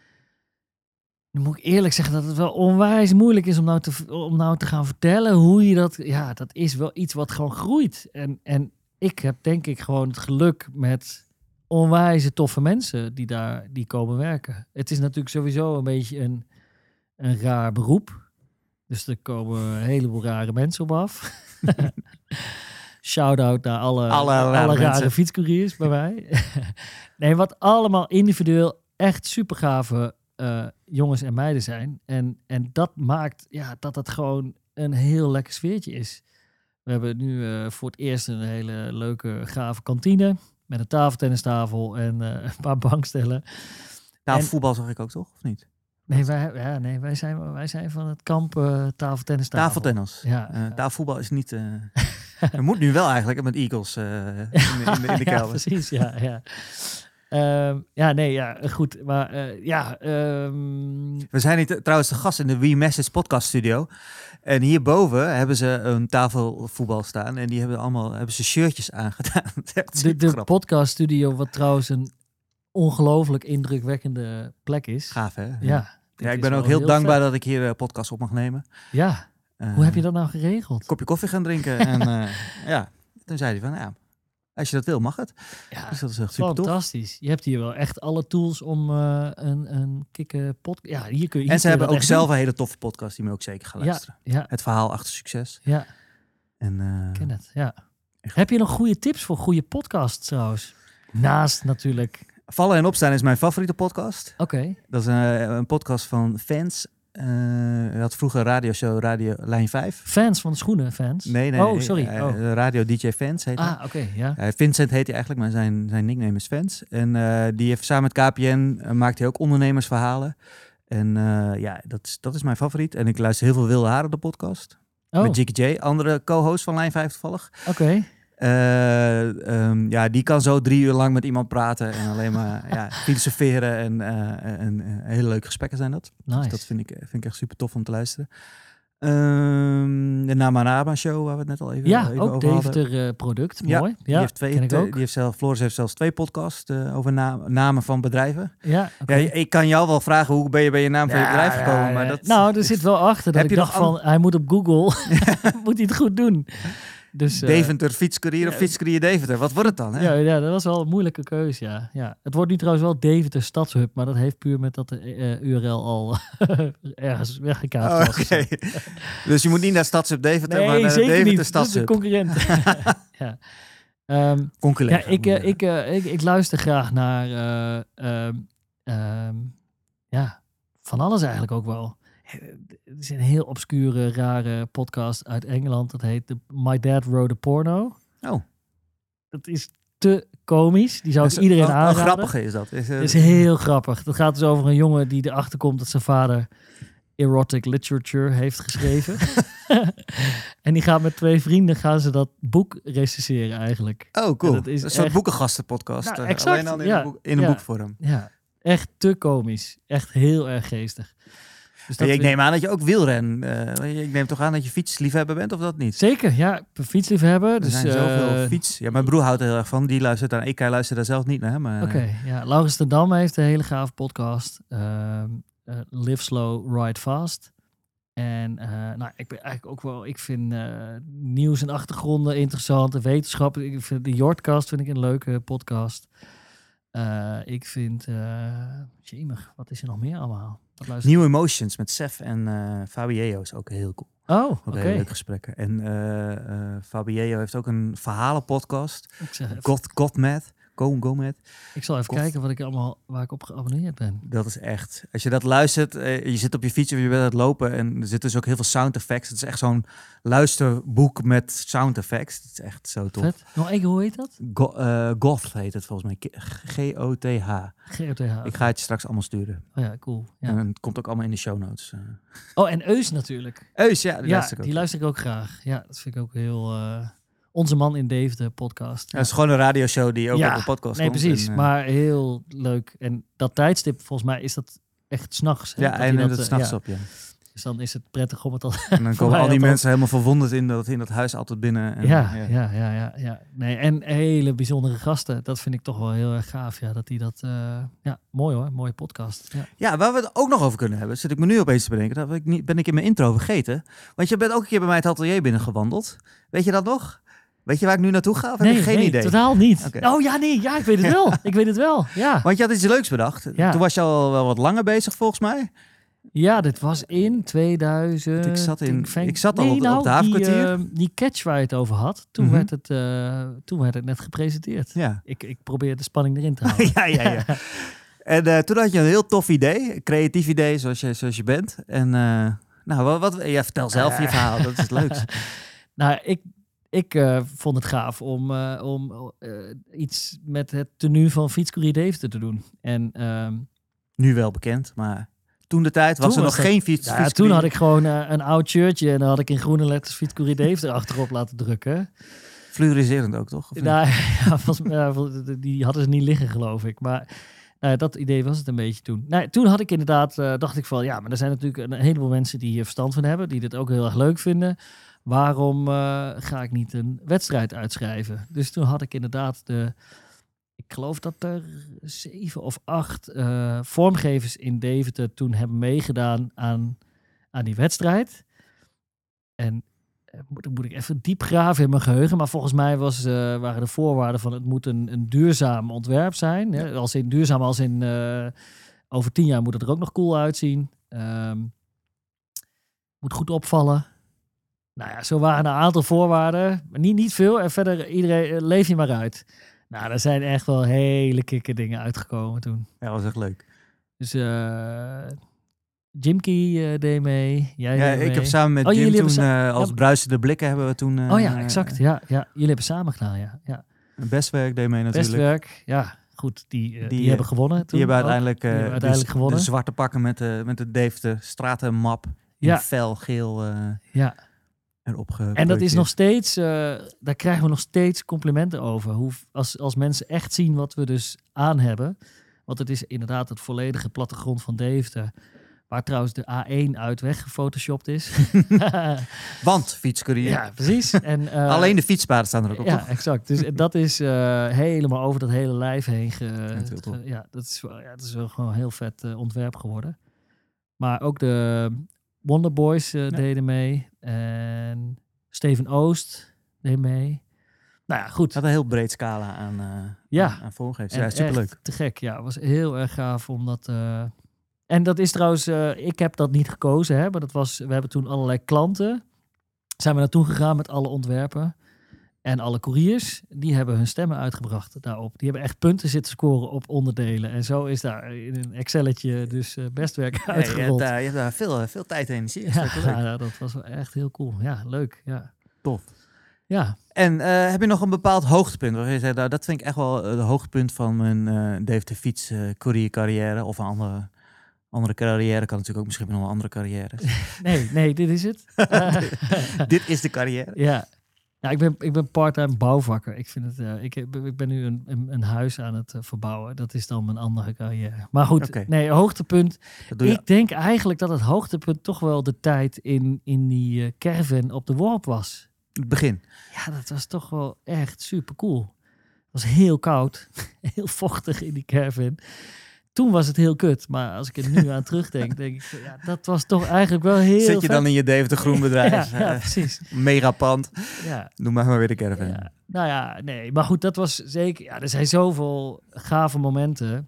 Dan moet ik eerlijk zeggen dat het wel onwijs moeilijk is om nou te gaan vertellen hoe je dat... Ja, dat is wel iets wat gewoon groeit. En ik heb denk ik gewoon het geluk met onwijze toffe mensen die komen werken. Het is natuurlijk sowieso een beetje een raar beroep. Dus er komen een heleboel rare mensen op af. Shout-out naar alle rare fietscouriers bij mij. Nee, wat allemaal individueel echt super gave jongens en meiden zijn. En dat maakt dat het gewoon een heel lekker sfeertje is. We hebben nu voor het eerst een hele leuke, gave kantine. Met een tafeltennistafel en een paar bankstellen. Tafelvoetbal zag ik ook, toch? Of niet? Nee, wij zijn van het kamp tafeltennistafel. Tafeltennis. Ja. Tafelvoetbal is niet... Er moet nu wel eigenlijk met Eagles in de Ja, kelder. precies, ja. Goed. Maar We zijn hier trouwens de gast in de WeMessage podcast studio. En hierboven hebben ze een tafelvoetbal staan. En die hebben ze shirtjes aangedaan. Dat is echt de supergrappig. podcaststudio, wat trouwens een ongelooflijk indrukwekkende plek is. Gaaf, hè? Ja, Ja, ik ben ook heel dankbaar dat ik hier podcast op mag nemen. Ja, hoe heb je dat nou geregeld? Een kopje koffie gaan drinken. En toen zei hij van, ja, als je dat wil, mag het. Ja, Dus dat is echt super tof. fantastisch. Je hebt hier wel echt alle tools om een kikke podcast... Ja, hier kun je... En ze hebben ook zelf een hele toffe podcast die me ook zeker gaan luisteren. Ja. Het verhaal achter succes. Ja. En, ik ken het, ja. Heb je nog goede tips voor goede podcasts trouwens? Naast natuurlijk... Vallen en Opstaan is mijn favoriete podcast. Oké. Dat is een podcast van fans. Hij had vroeger een radioshow, Radio Lijn 5. Fans van de schoenen, fans? Nee. Oh, sorry. Radio DJ Fans heet hij. Oké, ja. Vincent heet hij eigenlijk, maar zijn nickname is Fans. En die heeft samen met KPN maakt hij ook ondernemersverhalen. En dat is mijn favoriet. En ik luister heel veel Wilde Haren, de podcast. Met Jiggy J, andere co-host van Lijn 5 toevallig. Oké. Die kan zo 3 uur lang met iemand praten en alleen maar filosoferen en hele leuke gesprekken zijn dat. Nice. Dus dat vind ik echt super tof om te luisteren. De Nama show waar we het net al even over ook hadden. Deventer product, mooi. Ja, Floris heeft zelfs 2 podcasts over namen van bedrijven. Ja, okay. Ja, ik kan jou wel vragen hoe ben je bij je naam van je bedrijf gekomen. Maar dat, nou, er zit wel achter dat ik dacht van, hij moet op Google, moet hij het goed doen. Dus, Deventer Fietscourier of Fietscourier Deventer, wat wordt het dan? Hè? Ja, dat was wel een moeilijke keuze, ja. Het wordt nu trouwens wel Deventer Stadshub, maar dat heeft puur met dat de URL al ergens weggekaapt was. Okay. Dus je moet niet naar Stadshub Deventer, maar naar zeker Deventer niet. Stadshub. Dat is de concurrent. Concurrent. Ik luister graag naar van alles eigenlijk ook wel. Het is een heel obscure, rare podcast uit Engeland. Dat heet My Dad Wrote a Porno. Oh. Dat is te komisch. Die zou ik iedereen aanraden. Grappige is dat. Het is heel grappig. Dat gaat dus over een jongen die erachter komt dat zijn vader erotic literature heeft geschreven. En die gaat met 2 vrienden gaan ze dat boek recenseren eigenlijk. Oh, cool. Dat is een soort boekengastenpodcast. Nou, exact. Alleen dan in een boekvorm. Ja, echt te komisch. Echt heel erg geestig. Dus ik neem aan dat je ook wielren. Ik neem toch aan dat je fietsliefhebber bent, of dat niet? Zeker, ja. Fietsliefhebber. Er dus, zijn zoveel fiets. Ja, mijn broer houdt er heel erg van. Die luistert daar. Ik luister daar zelf niet naar. Maar... Oké, ja. Laurens ten Dam heeft een hele gave podcast. Live Slow, Ride Fast. En ik ben eigenlijk ook wel... Ik vind nieuws en achtergronden interessant. De wetenschap. Ik vind de Jordcast vind ik een leuke podcast. Ik vind... jemig, wat is er nog meer allemaal? New Emotions met Sef en Fabio is ook heel cool. Oh, oké. Hele leuke gesprekken. En Fabio heeft ook een verhalenpodcast. Godmet. Gomet. Ik zal even kijken waar ik op geabonneerd ben. Dat is echt... Als je dat luistert, je zit op je fiets of je bent aan het lopen en er zitten dus ook heel veel sound effects. Het is echt zo'n luisterboek met sound effects. Het is echt zo tof. Vet. Nog één keer, hoe heet dat? Goth heet het volgens mij. G-O-T-H. G-O-T-H. Ik ga het je straks allemaal sturen. Oh ja, cool. Ja. En het komt ook allemaal in de show notes. Oh, en Eus natuurlijk. Eus, ja. Die luister ik ook graag. Ja, dat vind ik ook heel... Onze Man in Deventer podcast. Ja. Dat is gewoon een radioshow die ook op een podcast komt. Precies. Maar heel leuk. En dat tijdstip, volgens mij, is dat echt 's nachts. Ja, en dat 's nachts op, ja. Dus dan is het prettig om het al... En dan komen al die mensen helemaal verwonderd in dat huis altijd binnen. En, ja. Nee, en hele bijzondere gasten. Dat vind ik toch wel heel erg gaaf. Ja, dat die dat... mooi hoor. Mooie podcast. Ja, waar we het ook nog over kunnen hebben, zit ik me nu opeens te bedenken. Dat ben ik in mijn intro vergeten. Want je bent ook een keer bij mij het atelier binnengewandeld. Weet je dat nog? Weet je waar ik nu naartoe ga? Of heb je geen idee? Totaal niet. Okay. Oh ja, nee. Ja, ik weet het wel. Ik weet het wel. Ja. Want je had iets leuks bedacht. Ja. Toen was je al wel wat langer bezig, volgens mij. Ja, dit was in 2000. Ik zat al op de havenkwartier. Die catch waar je het over had, toen, werd het net gepresenteerd. Ja. Ik probeer de spanning erin te houden. ja. En toen had je een heel tof idee. Een creatief idee, zoals je bent. En vertel zelf je verhaal. Dat is het leukste. Nou, ik vond het gaaf om iets met het tenue van Fietscourier Deventer te doen. En Nu wel bekend, maar toen de tijd was Toen er was nog dat- geen fiets. ja, toen had ik gewoon een oud shirtje en dan had ik in groene letters Fietscourier Deventer achterop laten drukken. Fluoriserend ook, toch? Of niet? Nou, die hadden ze niet liggen, geloof ik. Maar dat idee was het een beetje toen. Nou, toen had ik inderdaad, dacht ik van, ja, maar er zijn natuurlijk een heleboel mensen die hier verstand van hebben, die dit ook heel erg leuk vinden. Waarom ga ik niet een wedstrijd uitschrijven? Dus toen had ik inderdaad ik geloof dat er 7 of 8 vormgevers in Deventer toen hebben meegedaan aan die wedstrijd. En dan moet ik even diep graven in mijn geheugen. Maar volgens mij waren de voorwaarden van het moet een duurzaam ontwerp zijn. Hè? Als in duurzaam, als in over 10 jaar moet het er ook nog cool uitzien. Moet goed opvallen. Nou ja, zo waren een aantal voorwaarden. Maar niet veel. En verder, iedereen leef je maar uit. Nou, er zijn echt wel hele kikke dingen uitgekomen toen. Ja, dat was echt leuk. Dus Jimky deed mee. Jij Ja, deed mee. ik heb samen met Jim jullie toen hebben als bruisende blikken hebben we toen... Oh ja, exact. Ja. Jullie hebben samen gedaan, ja. Bestwerk deed mee natuurlijk. Bestwerk, ja. Goed, die hebben gewonnen toen. Die hebben ook. uiteindelijk, Die hebben uiteindelijk gewonnen. de zwarte pakken met de Deventer stratenmap in Ja. fel geel Ja. erop En dat is nog steeds, daar krijgen we nog steeds complimenten over. Hoe, als mensen echt zien wat we dus aan hebben. Want het is inderdaad het volledige plattegrond van Deventer. Waar trouwens de A1 uit weg gefotoshopt is. Want Fietscourier. Ja, precies. En, Alleen de fietspaden staan er ook op, ja, toch? exact. Dus dat is helemaal over dat hele lijf heen. heel tof. Dat is wel gewoon een heel vet ontwerp geworden. Maar ook de Wonder Boys deden mee. En Steven Oost deed mee. Nou ja, goed. Het had een heel breed scala aan vormgevers. En Ja, superleuk. echt te gek. Ja, het was heel erg gaaf om dat... En dat is trouwens... ik heb dat niet gekozen, hè. Maar we hebben toen allerlei klanten... Zijn we naartoe gegaan met alle ontwerpen. En alle couriers, die hebben hun stemmen uitgebracht daarop. Die hebben echt punten zitten scoren op onderdelen. En zo is daar in een Excelletje dus bestwerk uitgerold. Je hebt daar veel tijd en energie in. Ja, dat was wel echt heel cool. Ja, leuk. Ja. Tof. Ja. En heb je nog een bepaald hoogtepunt? Waar je zegt, nou, dat vind ik echt wel het hoogtepunt van mijn Deventer Fiets courier carrière. Of een andere carrière. Kan natuurlijk ook misschien nog wel andere carrières. Nee, dit is het. Dit is de carrière. Ja. Ja, ik ben part-time bouwvakker. Ik vind het, ik ben nu een huis aan het verbouwen. Dat is dan mijn andere carrière. Maar goed, Oké. nee, hoogtepunt. Dat doe je. Ik denk eigenlijk dat het hoogtepunt toch wel de tijd in die caravan op de Worp was. Het begin. Ja, dat was toch wel echt super cool. Het was heel koud, heel vochtig in die caravan. Toen was het heel kut, maar als ik er nu aan terugdenk, denk ik, ja, dat was toch eigenlijk wel heel Zit je vet. dan in je Deventer groenbedrijf? Ja, precies. Megapand. Ja. Doe maar weer de caravan. Ja, nou ja, nee. Maar goed, dat was zeker... Ja, er zijn zoveel gave momenten.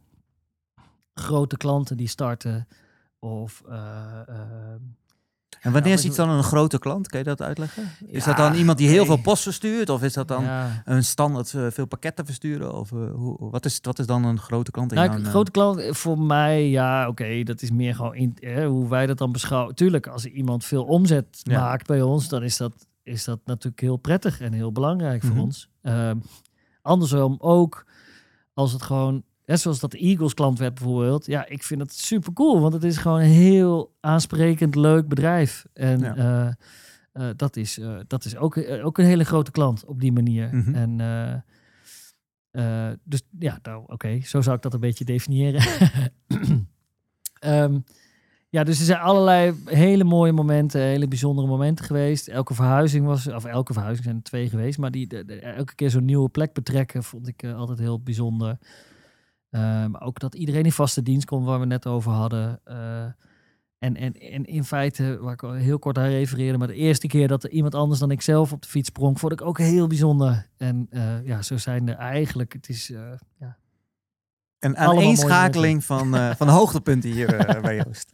Grote klanten die starten. Of... En wanneer is iets dan een grote klant? Kan je dat uitleggen? Is dat dan Ja, iemand die heel oké. veel post verstuurt? Of is dat dan ja. een standaard veel pakketten versturen? Of wat is dan een grote klant? in Nou, jouw, grote klant voor mij, ja, oké, dat is meer gewoon hoe wij dat dan beschouwen. Tuurlijk, als iemand veel omzet Ja. maakt bij ons, dan is dat natuurlijk heel prettig en heel belangrijk voor Mhm. ons. Andersom ook, als het gewoon, net zoals dat de Eagles klant werd bijvoorbeeld. Ja, ik vind het super cool, want het is gewoon een heel aansprekend, leuk bedrijf. En Ja. dat is ook een hele grote klant op die manier. Mhm. En dus ja, nou, oké, zo zou ik dat een beetje definiëren. Ja, dus er zijn allerlei hele mooie momenten, hele bijzondere momenten geweest. Elke verhuizing zijn er 2 geweest, maar elke keer zo'n nieuwe plek betrekken vond ik altijd heel bijzonder. Maar ook dat iedereen in vaste dienst komt, waar we net over hadden. En in feite, waar ik al heel kort aan refereerde, maar de eerste keer dat er iemand anders dan ik zelf op de fiets sprong, vond ik ook heel bijzonder. En ja, zo zijn er eigenlijk, het is Een allemaal aaneenschakeling van hoogtepunten hier bij Joost.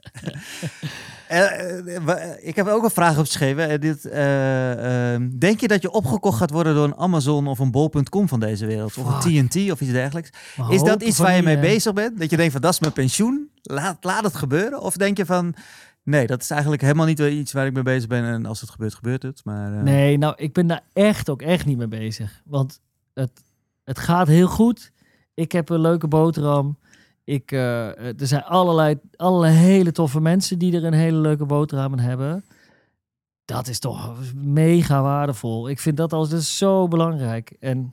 Ik heb ook een vraag opgeschreven. Denk je dat je opgekocht gaat worden door een Amazon of een Bol.com van deze wereld? Of een TNT of iets dergelijks? Maar Is dat hopen iets van waar je die, mee bezig bent? Dat je denkt van, dat is mijn pensioen. Laat het gebeuren. Of denk je van, Nee, dat is eigenlijk helemaal niet iets waar ik mee bezig ben. En als het gebeurt, gebeurt het. Maar, Nee, nou, ik ben daar ook echt niet mee bezig. Want het gaat heel goed. Ik heb een leuke boterham. Er zijn allerlei hele toffe mensen die er een hele leuke boterham aan hebben. Dat is toch mega waardevol. Ik vind dat dus zo belangrijk. En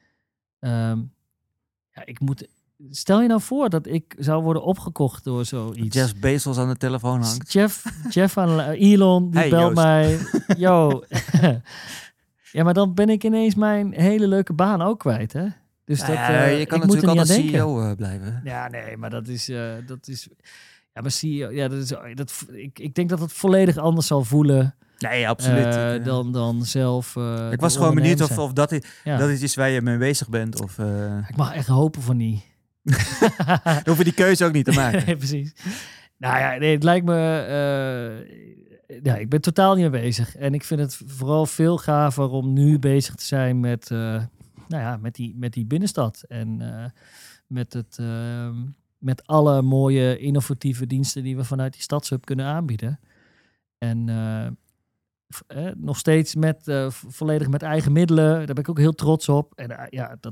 stel je nou voor dat ik zou worden opgekocht door zoiets. Jeff Bezos aan de telefoon hangt. Jeff aan Elon, die belt Joost. mij. Yo. Ja, maar dan ben ik ineens mijn hele leuke baan ook kwijt, hè? Dus Je kan ik moet natuurlijk er niet altijd aan denken. CEO blijven. Ja, nee, maar dat is ja, maar CEO, ja, ik denk dat het volledig anders zal voelen Nee, absoluut. dan zelf. Ik was gewoon benieuwd zijn. of dat Ja. iets is waar je mee bezig bent. Of, Ik mag echt hopen van niet. dan hoef je die keuze ook niet te maken. Nee, precies. Nou ja, nee, het lijkt me... ik ben totaal niet mee bezig. En ik vind het vooral veel gaver om nu bezig te zijn met, met die binnenstad. En met alle mooie innovatieve diensten die we vanuit die stadshub kunnen aanbieden. En nog steeds volledig met eigen middelen. Daar ben ik ook heel trots op. En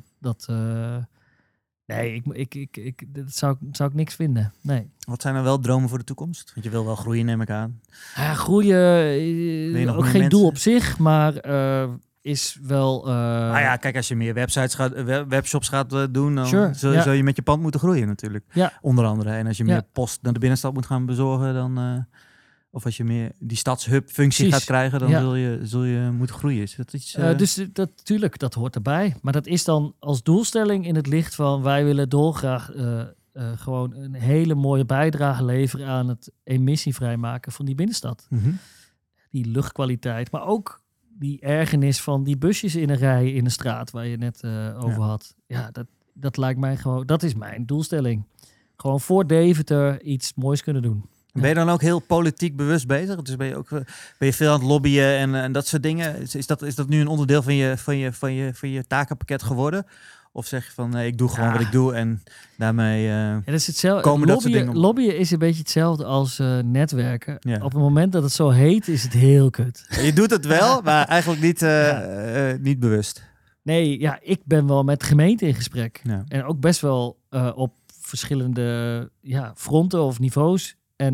nee, dat zou ik niks vinden. Nee. Wat zijn er wel dromen voor de toekomst? Want je wil wel groeien, neem ik aan. Ja, groeien, nog ook meer geen doel mensen? op zich, maar is wel... Nou ja, kijk, als je meer webshops gaat doen, dan Sure, zul je met je pand moeten groeien natuurlijk. Ja. Onder andere. En als je Ja. meer post naar de binnenstad moet gaan bezorgen, dan... of als je meer die stadshub-functie Precies. gaat krijgen, dan Ja. zul je moeten groeien. Is dat iets, Dus tuurlijk, dat hoort erbij. Maar dat is dan als doelstelling in het licht van... wij willen dolgraag gewoon een hele mooie bijdrage leveren... aan het emissievrij maken van die binnenstad. Mhm. Die luchtkwaliteit, maar ook die ergernis van die busjes in een rij in de straat... waar je net over had. Ja, dat lijkt mij gewoon... Dat is mijn doelstelling. Gewoon voor Deventer iets moois kunnen doen. Ben je dan ook heel politiek bewust bezig? Dus ben je veel aan het lobbyen en dat soort dingen? Is dat nu een onderdeel van je takenpakket geworden? Of zeg je van nee, ik doe gewoon wat ik doe en daarmee Ja, dat is hetzelfde. komen dat soort dingen op? Lobbyen is een beetje hetzelfde als netwerken. Ja. Op het moment dat het zo heet, is het heel kut. Je doet het wel, maar eigenlijk niet bewust. Nee, ja, ik ben wel met de gemeente in gesprek. Ja. En ook best wel op verschillende fronten of niveaus.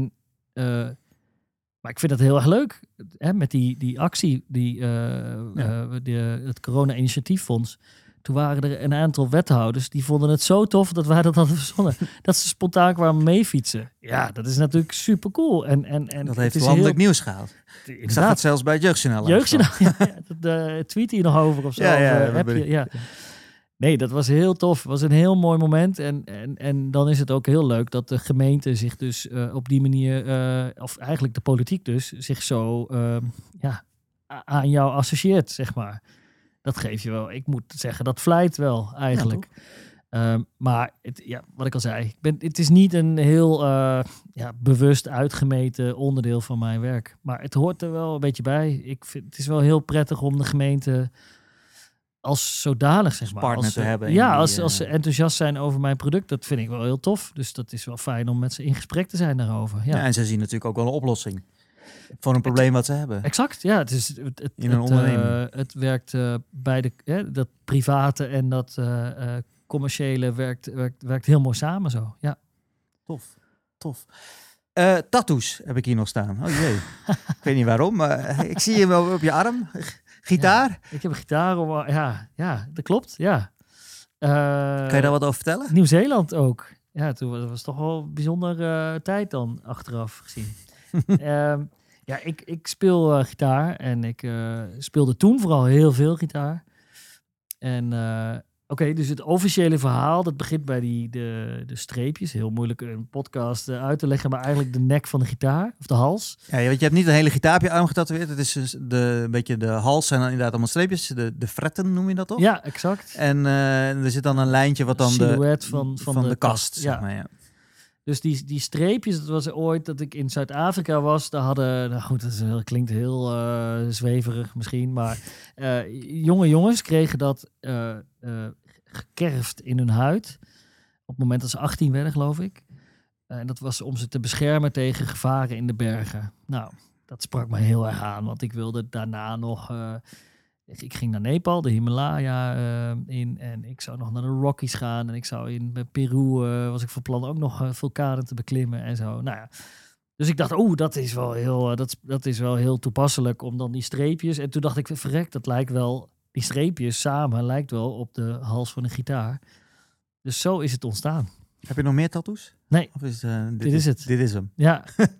Maar ik vind dat heel erg leuk. Hè, met die actie, het Corona-initiatieffonds. Toen waren er een aantal wethouders die vonden het zo tof dat wij dat hadden verzonnen. Dat ze spontaan kwamen meefietsen. Ja, dat is natuurlijk super cool. En Dat heeft landelijk nieuws gehaald. Ik zag het zelfs bij het Jeugdjournaal. Daar tweet hier nog over of zo. Ja. Nee, dat was heel tof. Het was een heel mooi moment. En dan is het ook heel leuk dat de gemeente zich dus op die manier... of eigenlijk de politiek dus, zich zo aan jou associeert, zeg maar. Dat geef je wel. Ik moet zeggen, dat vlijt wel eigenlijk. Maar wat ik al zei, het is niet een heel bewust uitgemeten onderdeel van mijn werk. Maar het hoort er wel een beetje bij. Het is wel heel prettig om de gemeente als zodanig, zeg maar. Partner te hebben. Ja, als ze enthousiast zijn over mijn product, dat vind ik wel heel tof. Dus dat is wel fijn om met ze in gesprek te zijn daarover. Ja, en ze zien natuurlijk ook wel een oplossing voor een probleem wat ze hebben. Exact, ja. Het is in een onderneming. Het werkt bij dat private en dat commerciële werkt heel mooi samen zo. Ja. Tof. Tattoos heb ik hier nog staan. Oh jee. Ik weet niet waarom, maar ik zie je wel op je arm. Gitaar? Ja, ik heb een gitaar. Ja, dat klopt. Ja. Kan je daar wat over vertellen? Nieuw-Zeeland ook. Ja, toen was toch wel een bijzonder tijd dan achteraf gezien. Ik speel gitaar en ik speelde toen vooral heel veel gitaar. En dus het officiële verhaal, dat begint bij de streepjes. Heel moeilijk een podcast uit te leggen, maar eigenlijk de nek van de gitaar, of de hals. Ja, want je hebt niet een hele gitaar op je arm getatoeëerd. Het is dus een beetje de hals en dan inderdaad allemaal streepjes. De fretten noem je dat toch? Ja, exact. En er zit dan een lijntje wat dan silhouet van de kast, zeg ja. maar, ja. Dus die streepjes, dat was ooit dat ik in Zuid-Afrika was. Daar hadden, dat klinkt heel zweverig misschien, maar jonge jongens kregen dat gekerfd in hun huid. Op het moment dat ze 18 werden, geloof ik. En dat was om ze te beschermen tegen gevaren in de bergen. Nou, dat sprak mij heel erg aan. Want ik wilde daarna nog... ik ging naar Nepal, de Himalaya in. En ik zou nog naar de Rockies gaan. En ik zou in Peru... was ik van plan ook nog vulkanen te beklimmen en zo. Nou ja. Dus ik dacht, dat is wel heel, dat is wel heel toepasselijk om dan die streepjes. En toen dacht ik, verrek, dat lijkt wel, die streepjes samen lijkt wel op de hals van een gitaar. Dus zo is het ontstaan. Heb je nog meer tattoos? Nee, Of is, dit is het. Dit is hem. Ja,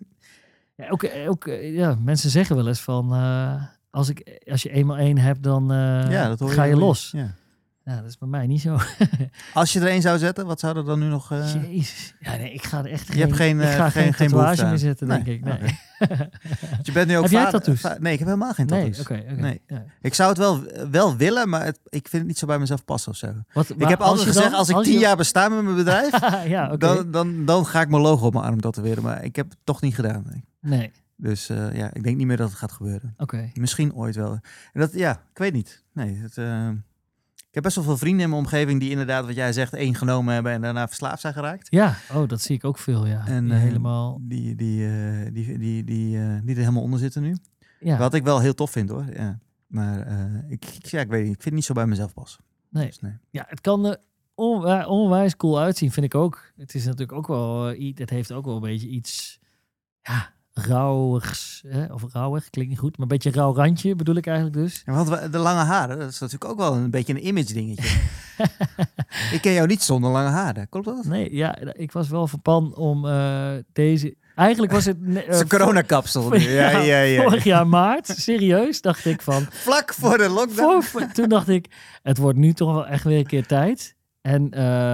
ja, mensen zeggen wel eens van, als je eenmaal één hebt, dan dat hoor ga je los. Ja. Ja, dat is bij mij niet zo. Als je er één zou zetten, wat zou er dan nu nog... Jezus. Ja, nee, ik ga er echt Je hebt geen, ik ga geen tatoeage behoefte aan. meer zetten, denk Nee, ik. Nee. oké. Je bent nu ook Heb jij tattoos? Nee, ik heb helemaal geen tattoos. Oké. Nee. Ja. Ik zou het wel willen, maar ik vind het niet zo bij mezelf passen of zo. Ik heb altijd je gezegd, dan- als ik 10 jaar besta met mijn bedrijf, ja, oké. dan ga ik mijn logo op mijn arm tatoeëren. Maar ik heb het toch niet gedaan. Nee, Dus ik denk niet meer dat het gaat gebeuren. oké. Misschien ooit wel. En dat, ik weet niet. Nee, ik heb best wel veel vrienden in mijn omgeving die inderdaad, wat jij zegt, één genomen hebben en daarna verslaafd zijn geraakt. Ja, dat zie ik ook veel, ja. En Die helemaal... die er helemaal onder zitten nu. Ja, Wat ik wel heel tof vind hoor. Ja. Maar ik weet niet. Ik vind het niet zo bij mezelf passen. nee. Dus nee. Ja, het kan er onwijs cool uitzien, vind ik ook. Het is natuurlijk ook wel... het heeft ook wel een beetje iets... Ja, rauwigs. Of rauwig, klinkt niet goed. Maar een beetje rauw randje bedoel ik eigenlijk dus. Ja, want de lange haren, dat is natuurlijk ook wel een beetje een image dingetje. Ik ken jou niet zonder lange haren. Klopt dat? Nee, ja, ik was wel van plan om deze... Eigenlijk was het... Het is een coronakapsel. Ja. Vorig jaar maart, serieus, dacht ik van... Vlak voor de lockdown. Toen dacht ik, het wordt nu toch wel echt weer een keer tijd. En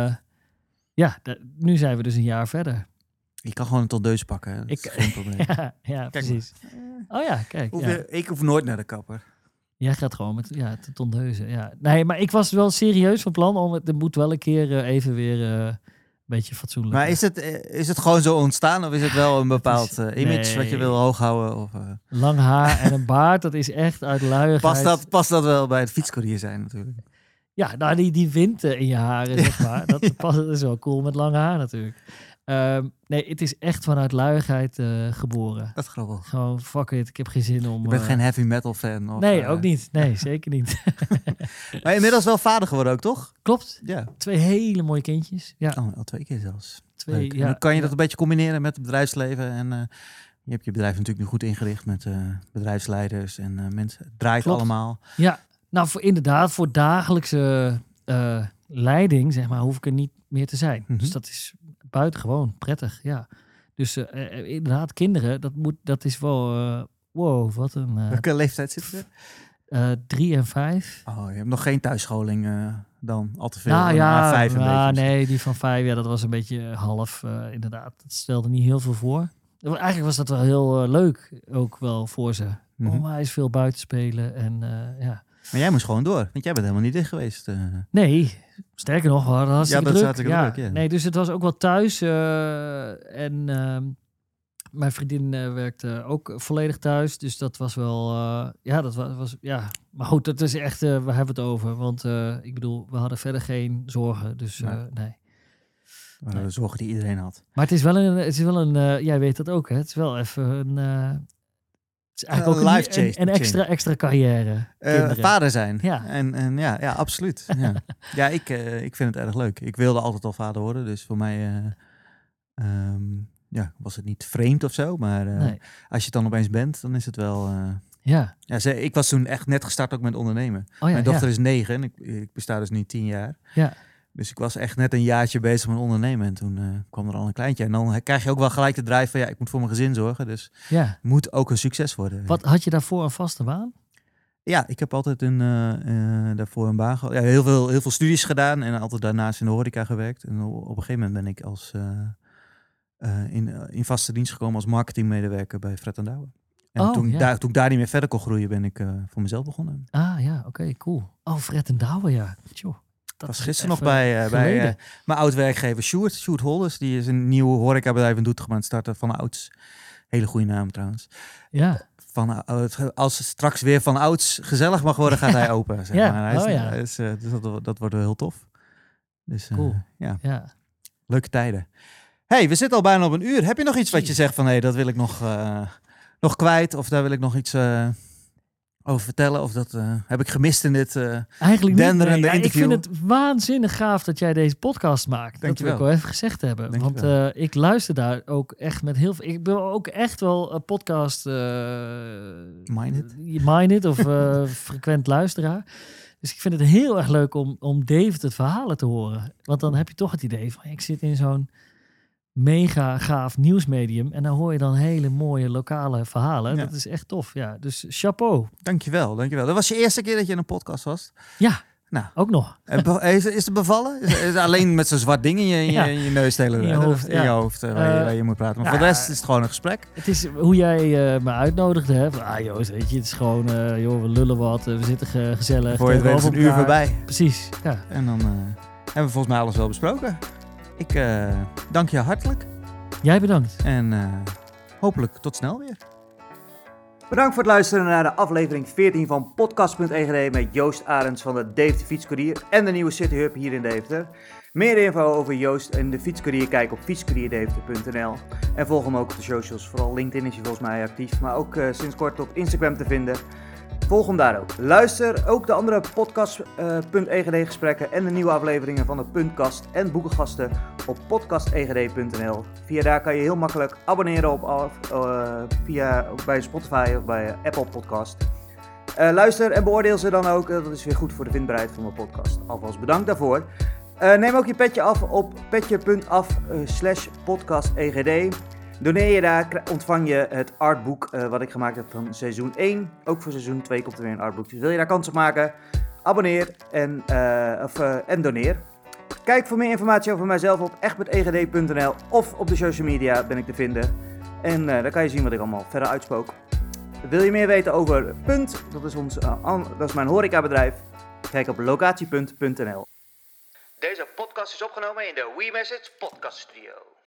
nu zijn we dus een jaar verder. Je kan gewoon een tondeus pakken. Dat is geen probleem. Ja, precies. Oh ja, kijk. Ik hoef nooit naar de kapper. Jij gaat gewoon met te tondeuzen. Ja. Nee, maar ik was wel serieus van plan om het moet wel een keer even weer een beetje fatsoenlijk. Maar is het gewoon zo ontstaan of is het wel een bepaald image wat je wil hoog houden? Of, lang haar en een baard, dat is echt uit luiigheid. Past dat wel bij het fietscourier zijn natuurlijk? Ja, nou die wind in je haren, zeg maar. Dat is wel cool met lang haar natuurlijk. Nee, het is echt vanuit luiigheid geboren. Dat is grappig. Gewoon, fuck it, ik heb geen zin om... Je bent geen heavy metal fan? Of, nee, ook niet. Nee, zeker niet. Maar inmiddels wel vader geworden ook, toch? Klopt. Ja. 2 hele mooie kindjes. Ja. Al 2 keer zelfs. 2, Leuk. En dan kan je dat een beetje combineren met het bedrijfsleven. En je hebt je bedrijf natuurlijk nu goed ingericht met bedrijfsleiders en mensen. Het draait Klopt. allemaal. Ja, nou voor dagelijkse leiding, zeg maar, hoef ik er niet meer te zijn. Mhm. Dus dat is buitengewoon prettig, ja. Dus inderdaad, kinderen, dat is wel... wow, wat een... Welke leeftijd zit er? 3 en 5. Oh, je hebt nog geen thuisscholing dan? Al te veel? Nou ja, 5 nee, die van 5, dat was een beetje half, inderdaad. Dat stelde niet heel veel voor. Eigenlijk was dat wel heel leuk, ook wel voor ze. Onwijs veel buiten spelen en ja. Maar jij moest gewoon door, want jij bent helemaal niet dicht geweest. Nee, sterker nog, we hadden hartstikke druk. Druk, ja. Nee, dus het was ook wel thuis. En mijn vriendin werkte ook volledig thuis. Dus dat was wel... dat was... Ja, maar goed, dat is echt... we hebben het over. Want ik bedoel, we hadden verder geen zorgen. Dus nee. De zorgen die iedereen had. Maar het is wel een jij weet dat ook, hè? Het is wel even een... het is eigenlijk ook een extra carrière. Vader zijn. Ja. En ja, absoluut. Ja, ja ik vind het erg leuk. Ik wilde altijd al vader worden. Dus voor mij was het niet vreemd of zo. Maar als je het dan opeens bent, dan is het wel... Ja. Ik was toen echt net gestart ook met ondernemen. Mijn dochter is 9 en ik besta dus nu 10 jaar. Ja. Dus ik was echt net een jaartje bezig met ondernemen. En toen kwam er al een kleintje. En dan krijg je ook wel gelijk de drive van... ik moet voor mijn gezin zorgen. Dus het moet ook een succes worden. Wat had je daarvoor een vaste baan? Ja, ik heb altijd daarvoor een baan gehad. Ja, heel veel studies gedaan. En altijd daarnaast in de horeca gewerkt. En op een gegeven moment ben ik als in vaste dienst gekomen... als marketingmedewerker bij Fred & Douwe. En toen ik daar niet meer verder kon groeien... ben ik voor mezelf begonnen. Ah ja, oké, cool. Oh, Fred & Douwe, ja. Tjoh. Ik was gisteren nog bij mijn oud-werkgever Sjoerd Holders. Die is een nieuw horecabedrijf in Doetinchem aan het starten van ouds. Hele goede naam trouwens. Ja. Als het straks weer van ouds gezellig mag worden, gaat hij open. Zeg maar. Dus dat wordt wel heel tof. Dus cool. ja. Leuke tijden. Hey, we zitten al bijna op een uur. Heb je nog iets wat je zegt van, dat wil ik nog kwijt? Of daar wil ik nog iets over vertellen? Of dat heb ik gemist in dit Eigenlijk denderende niet. interview? Ik vind het waanzinnig gaaf dat jij deze podcast maakt. Dat wil ik wel even gezegd hebben. Want ik luister daar ook echt met heel veel... Ik ben ook echt wel een podcast... minded of frequent luisteraar. Dus ik vind het heel erg leuk om David het verhalen te horen. Want dan heb je toch het idee van... Ik zit in zo'n mega gaaf nieuwsmedium. En dan hoor je dan hele mooie lokale verhalen. Ja. Dat is echt tof. Ja, dus chapeau. Dankjewel. Dat was je eerste keer dat je in een podcast was? Ja, ook nog. Is het bevallen? Is het alleen met zo'n zwart ding in je neus in je hoofd waar je moet praten. Maar voor de rest is het gewoon een gesprek. Het is hoe jij me uitnodigde. Hè? Joost, weet je, het is gewoon, we lullen wat. We zitten gezellig. Voor je het is een uur voorbij. Precies, ja. En dan hebben we volgens mij alles wel besproken. Ik dank je hartelijk. Jij bedankt. En hopelijk tot snel weer. Bedankt voor het luisteren naar de aflevering 14 van Podcast.egd met Joost Arends van de Deventer Fietscourier en de nieuwe City Hub hier in Deventer. Meer info over Joost en de Fietscourier kijk op fietscourierdeventer.nl en volg hem ook op de socials. Vooral LinkedIn is hij volgens mij actief, maar ook sinds kort op Instagram te vinden. Volg hem daar ook. Luister ook de andere podcast.egd gesprekken en de nieuwe afleveringen van de Puntkast en boekengasten op podcastegd.nl. Via daar kan je heel makkelijk abonneren bij Spotify of bij Apple Podcast. Luister en beoordeel ze dan ook. Dat is weer goed voor de vindbaarheid van mijn podcast. Alvast bedankt daarvoor. Neem ook je petje af op petje.af/podcastegd. Doneer je daar, ontvang je het artboek wat ik gemaakt heb van seizoen 1. Ook voor seizoen 2 komt er weer een artboek. Dus wil je daar kans op maken? Abonneer en doneer. Kijk voor meer informatie over mijzelf op echt.egd.nl of op de social media ben ik te vinden. En daar kan je zien wat ik allemaal verder uitspook. Wil je meer weten over Punt? Dat is mijn horecabedrijf. Kijk op locatiepunt.nl. Deze podcast is opgenomen in de WeMessage Podcast Studio.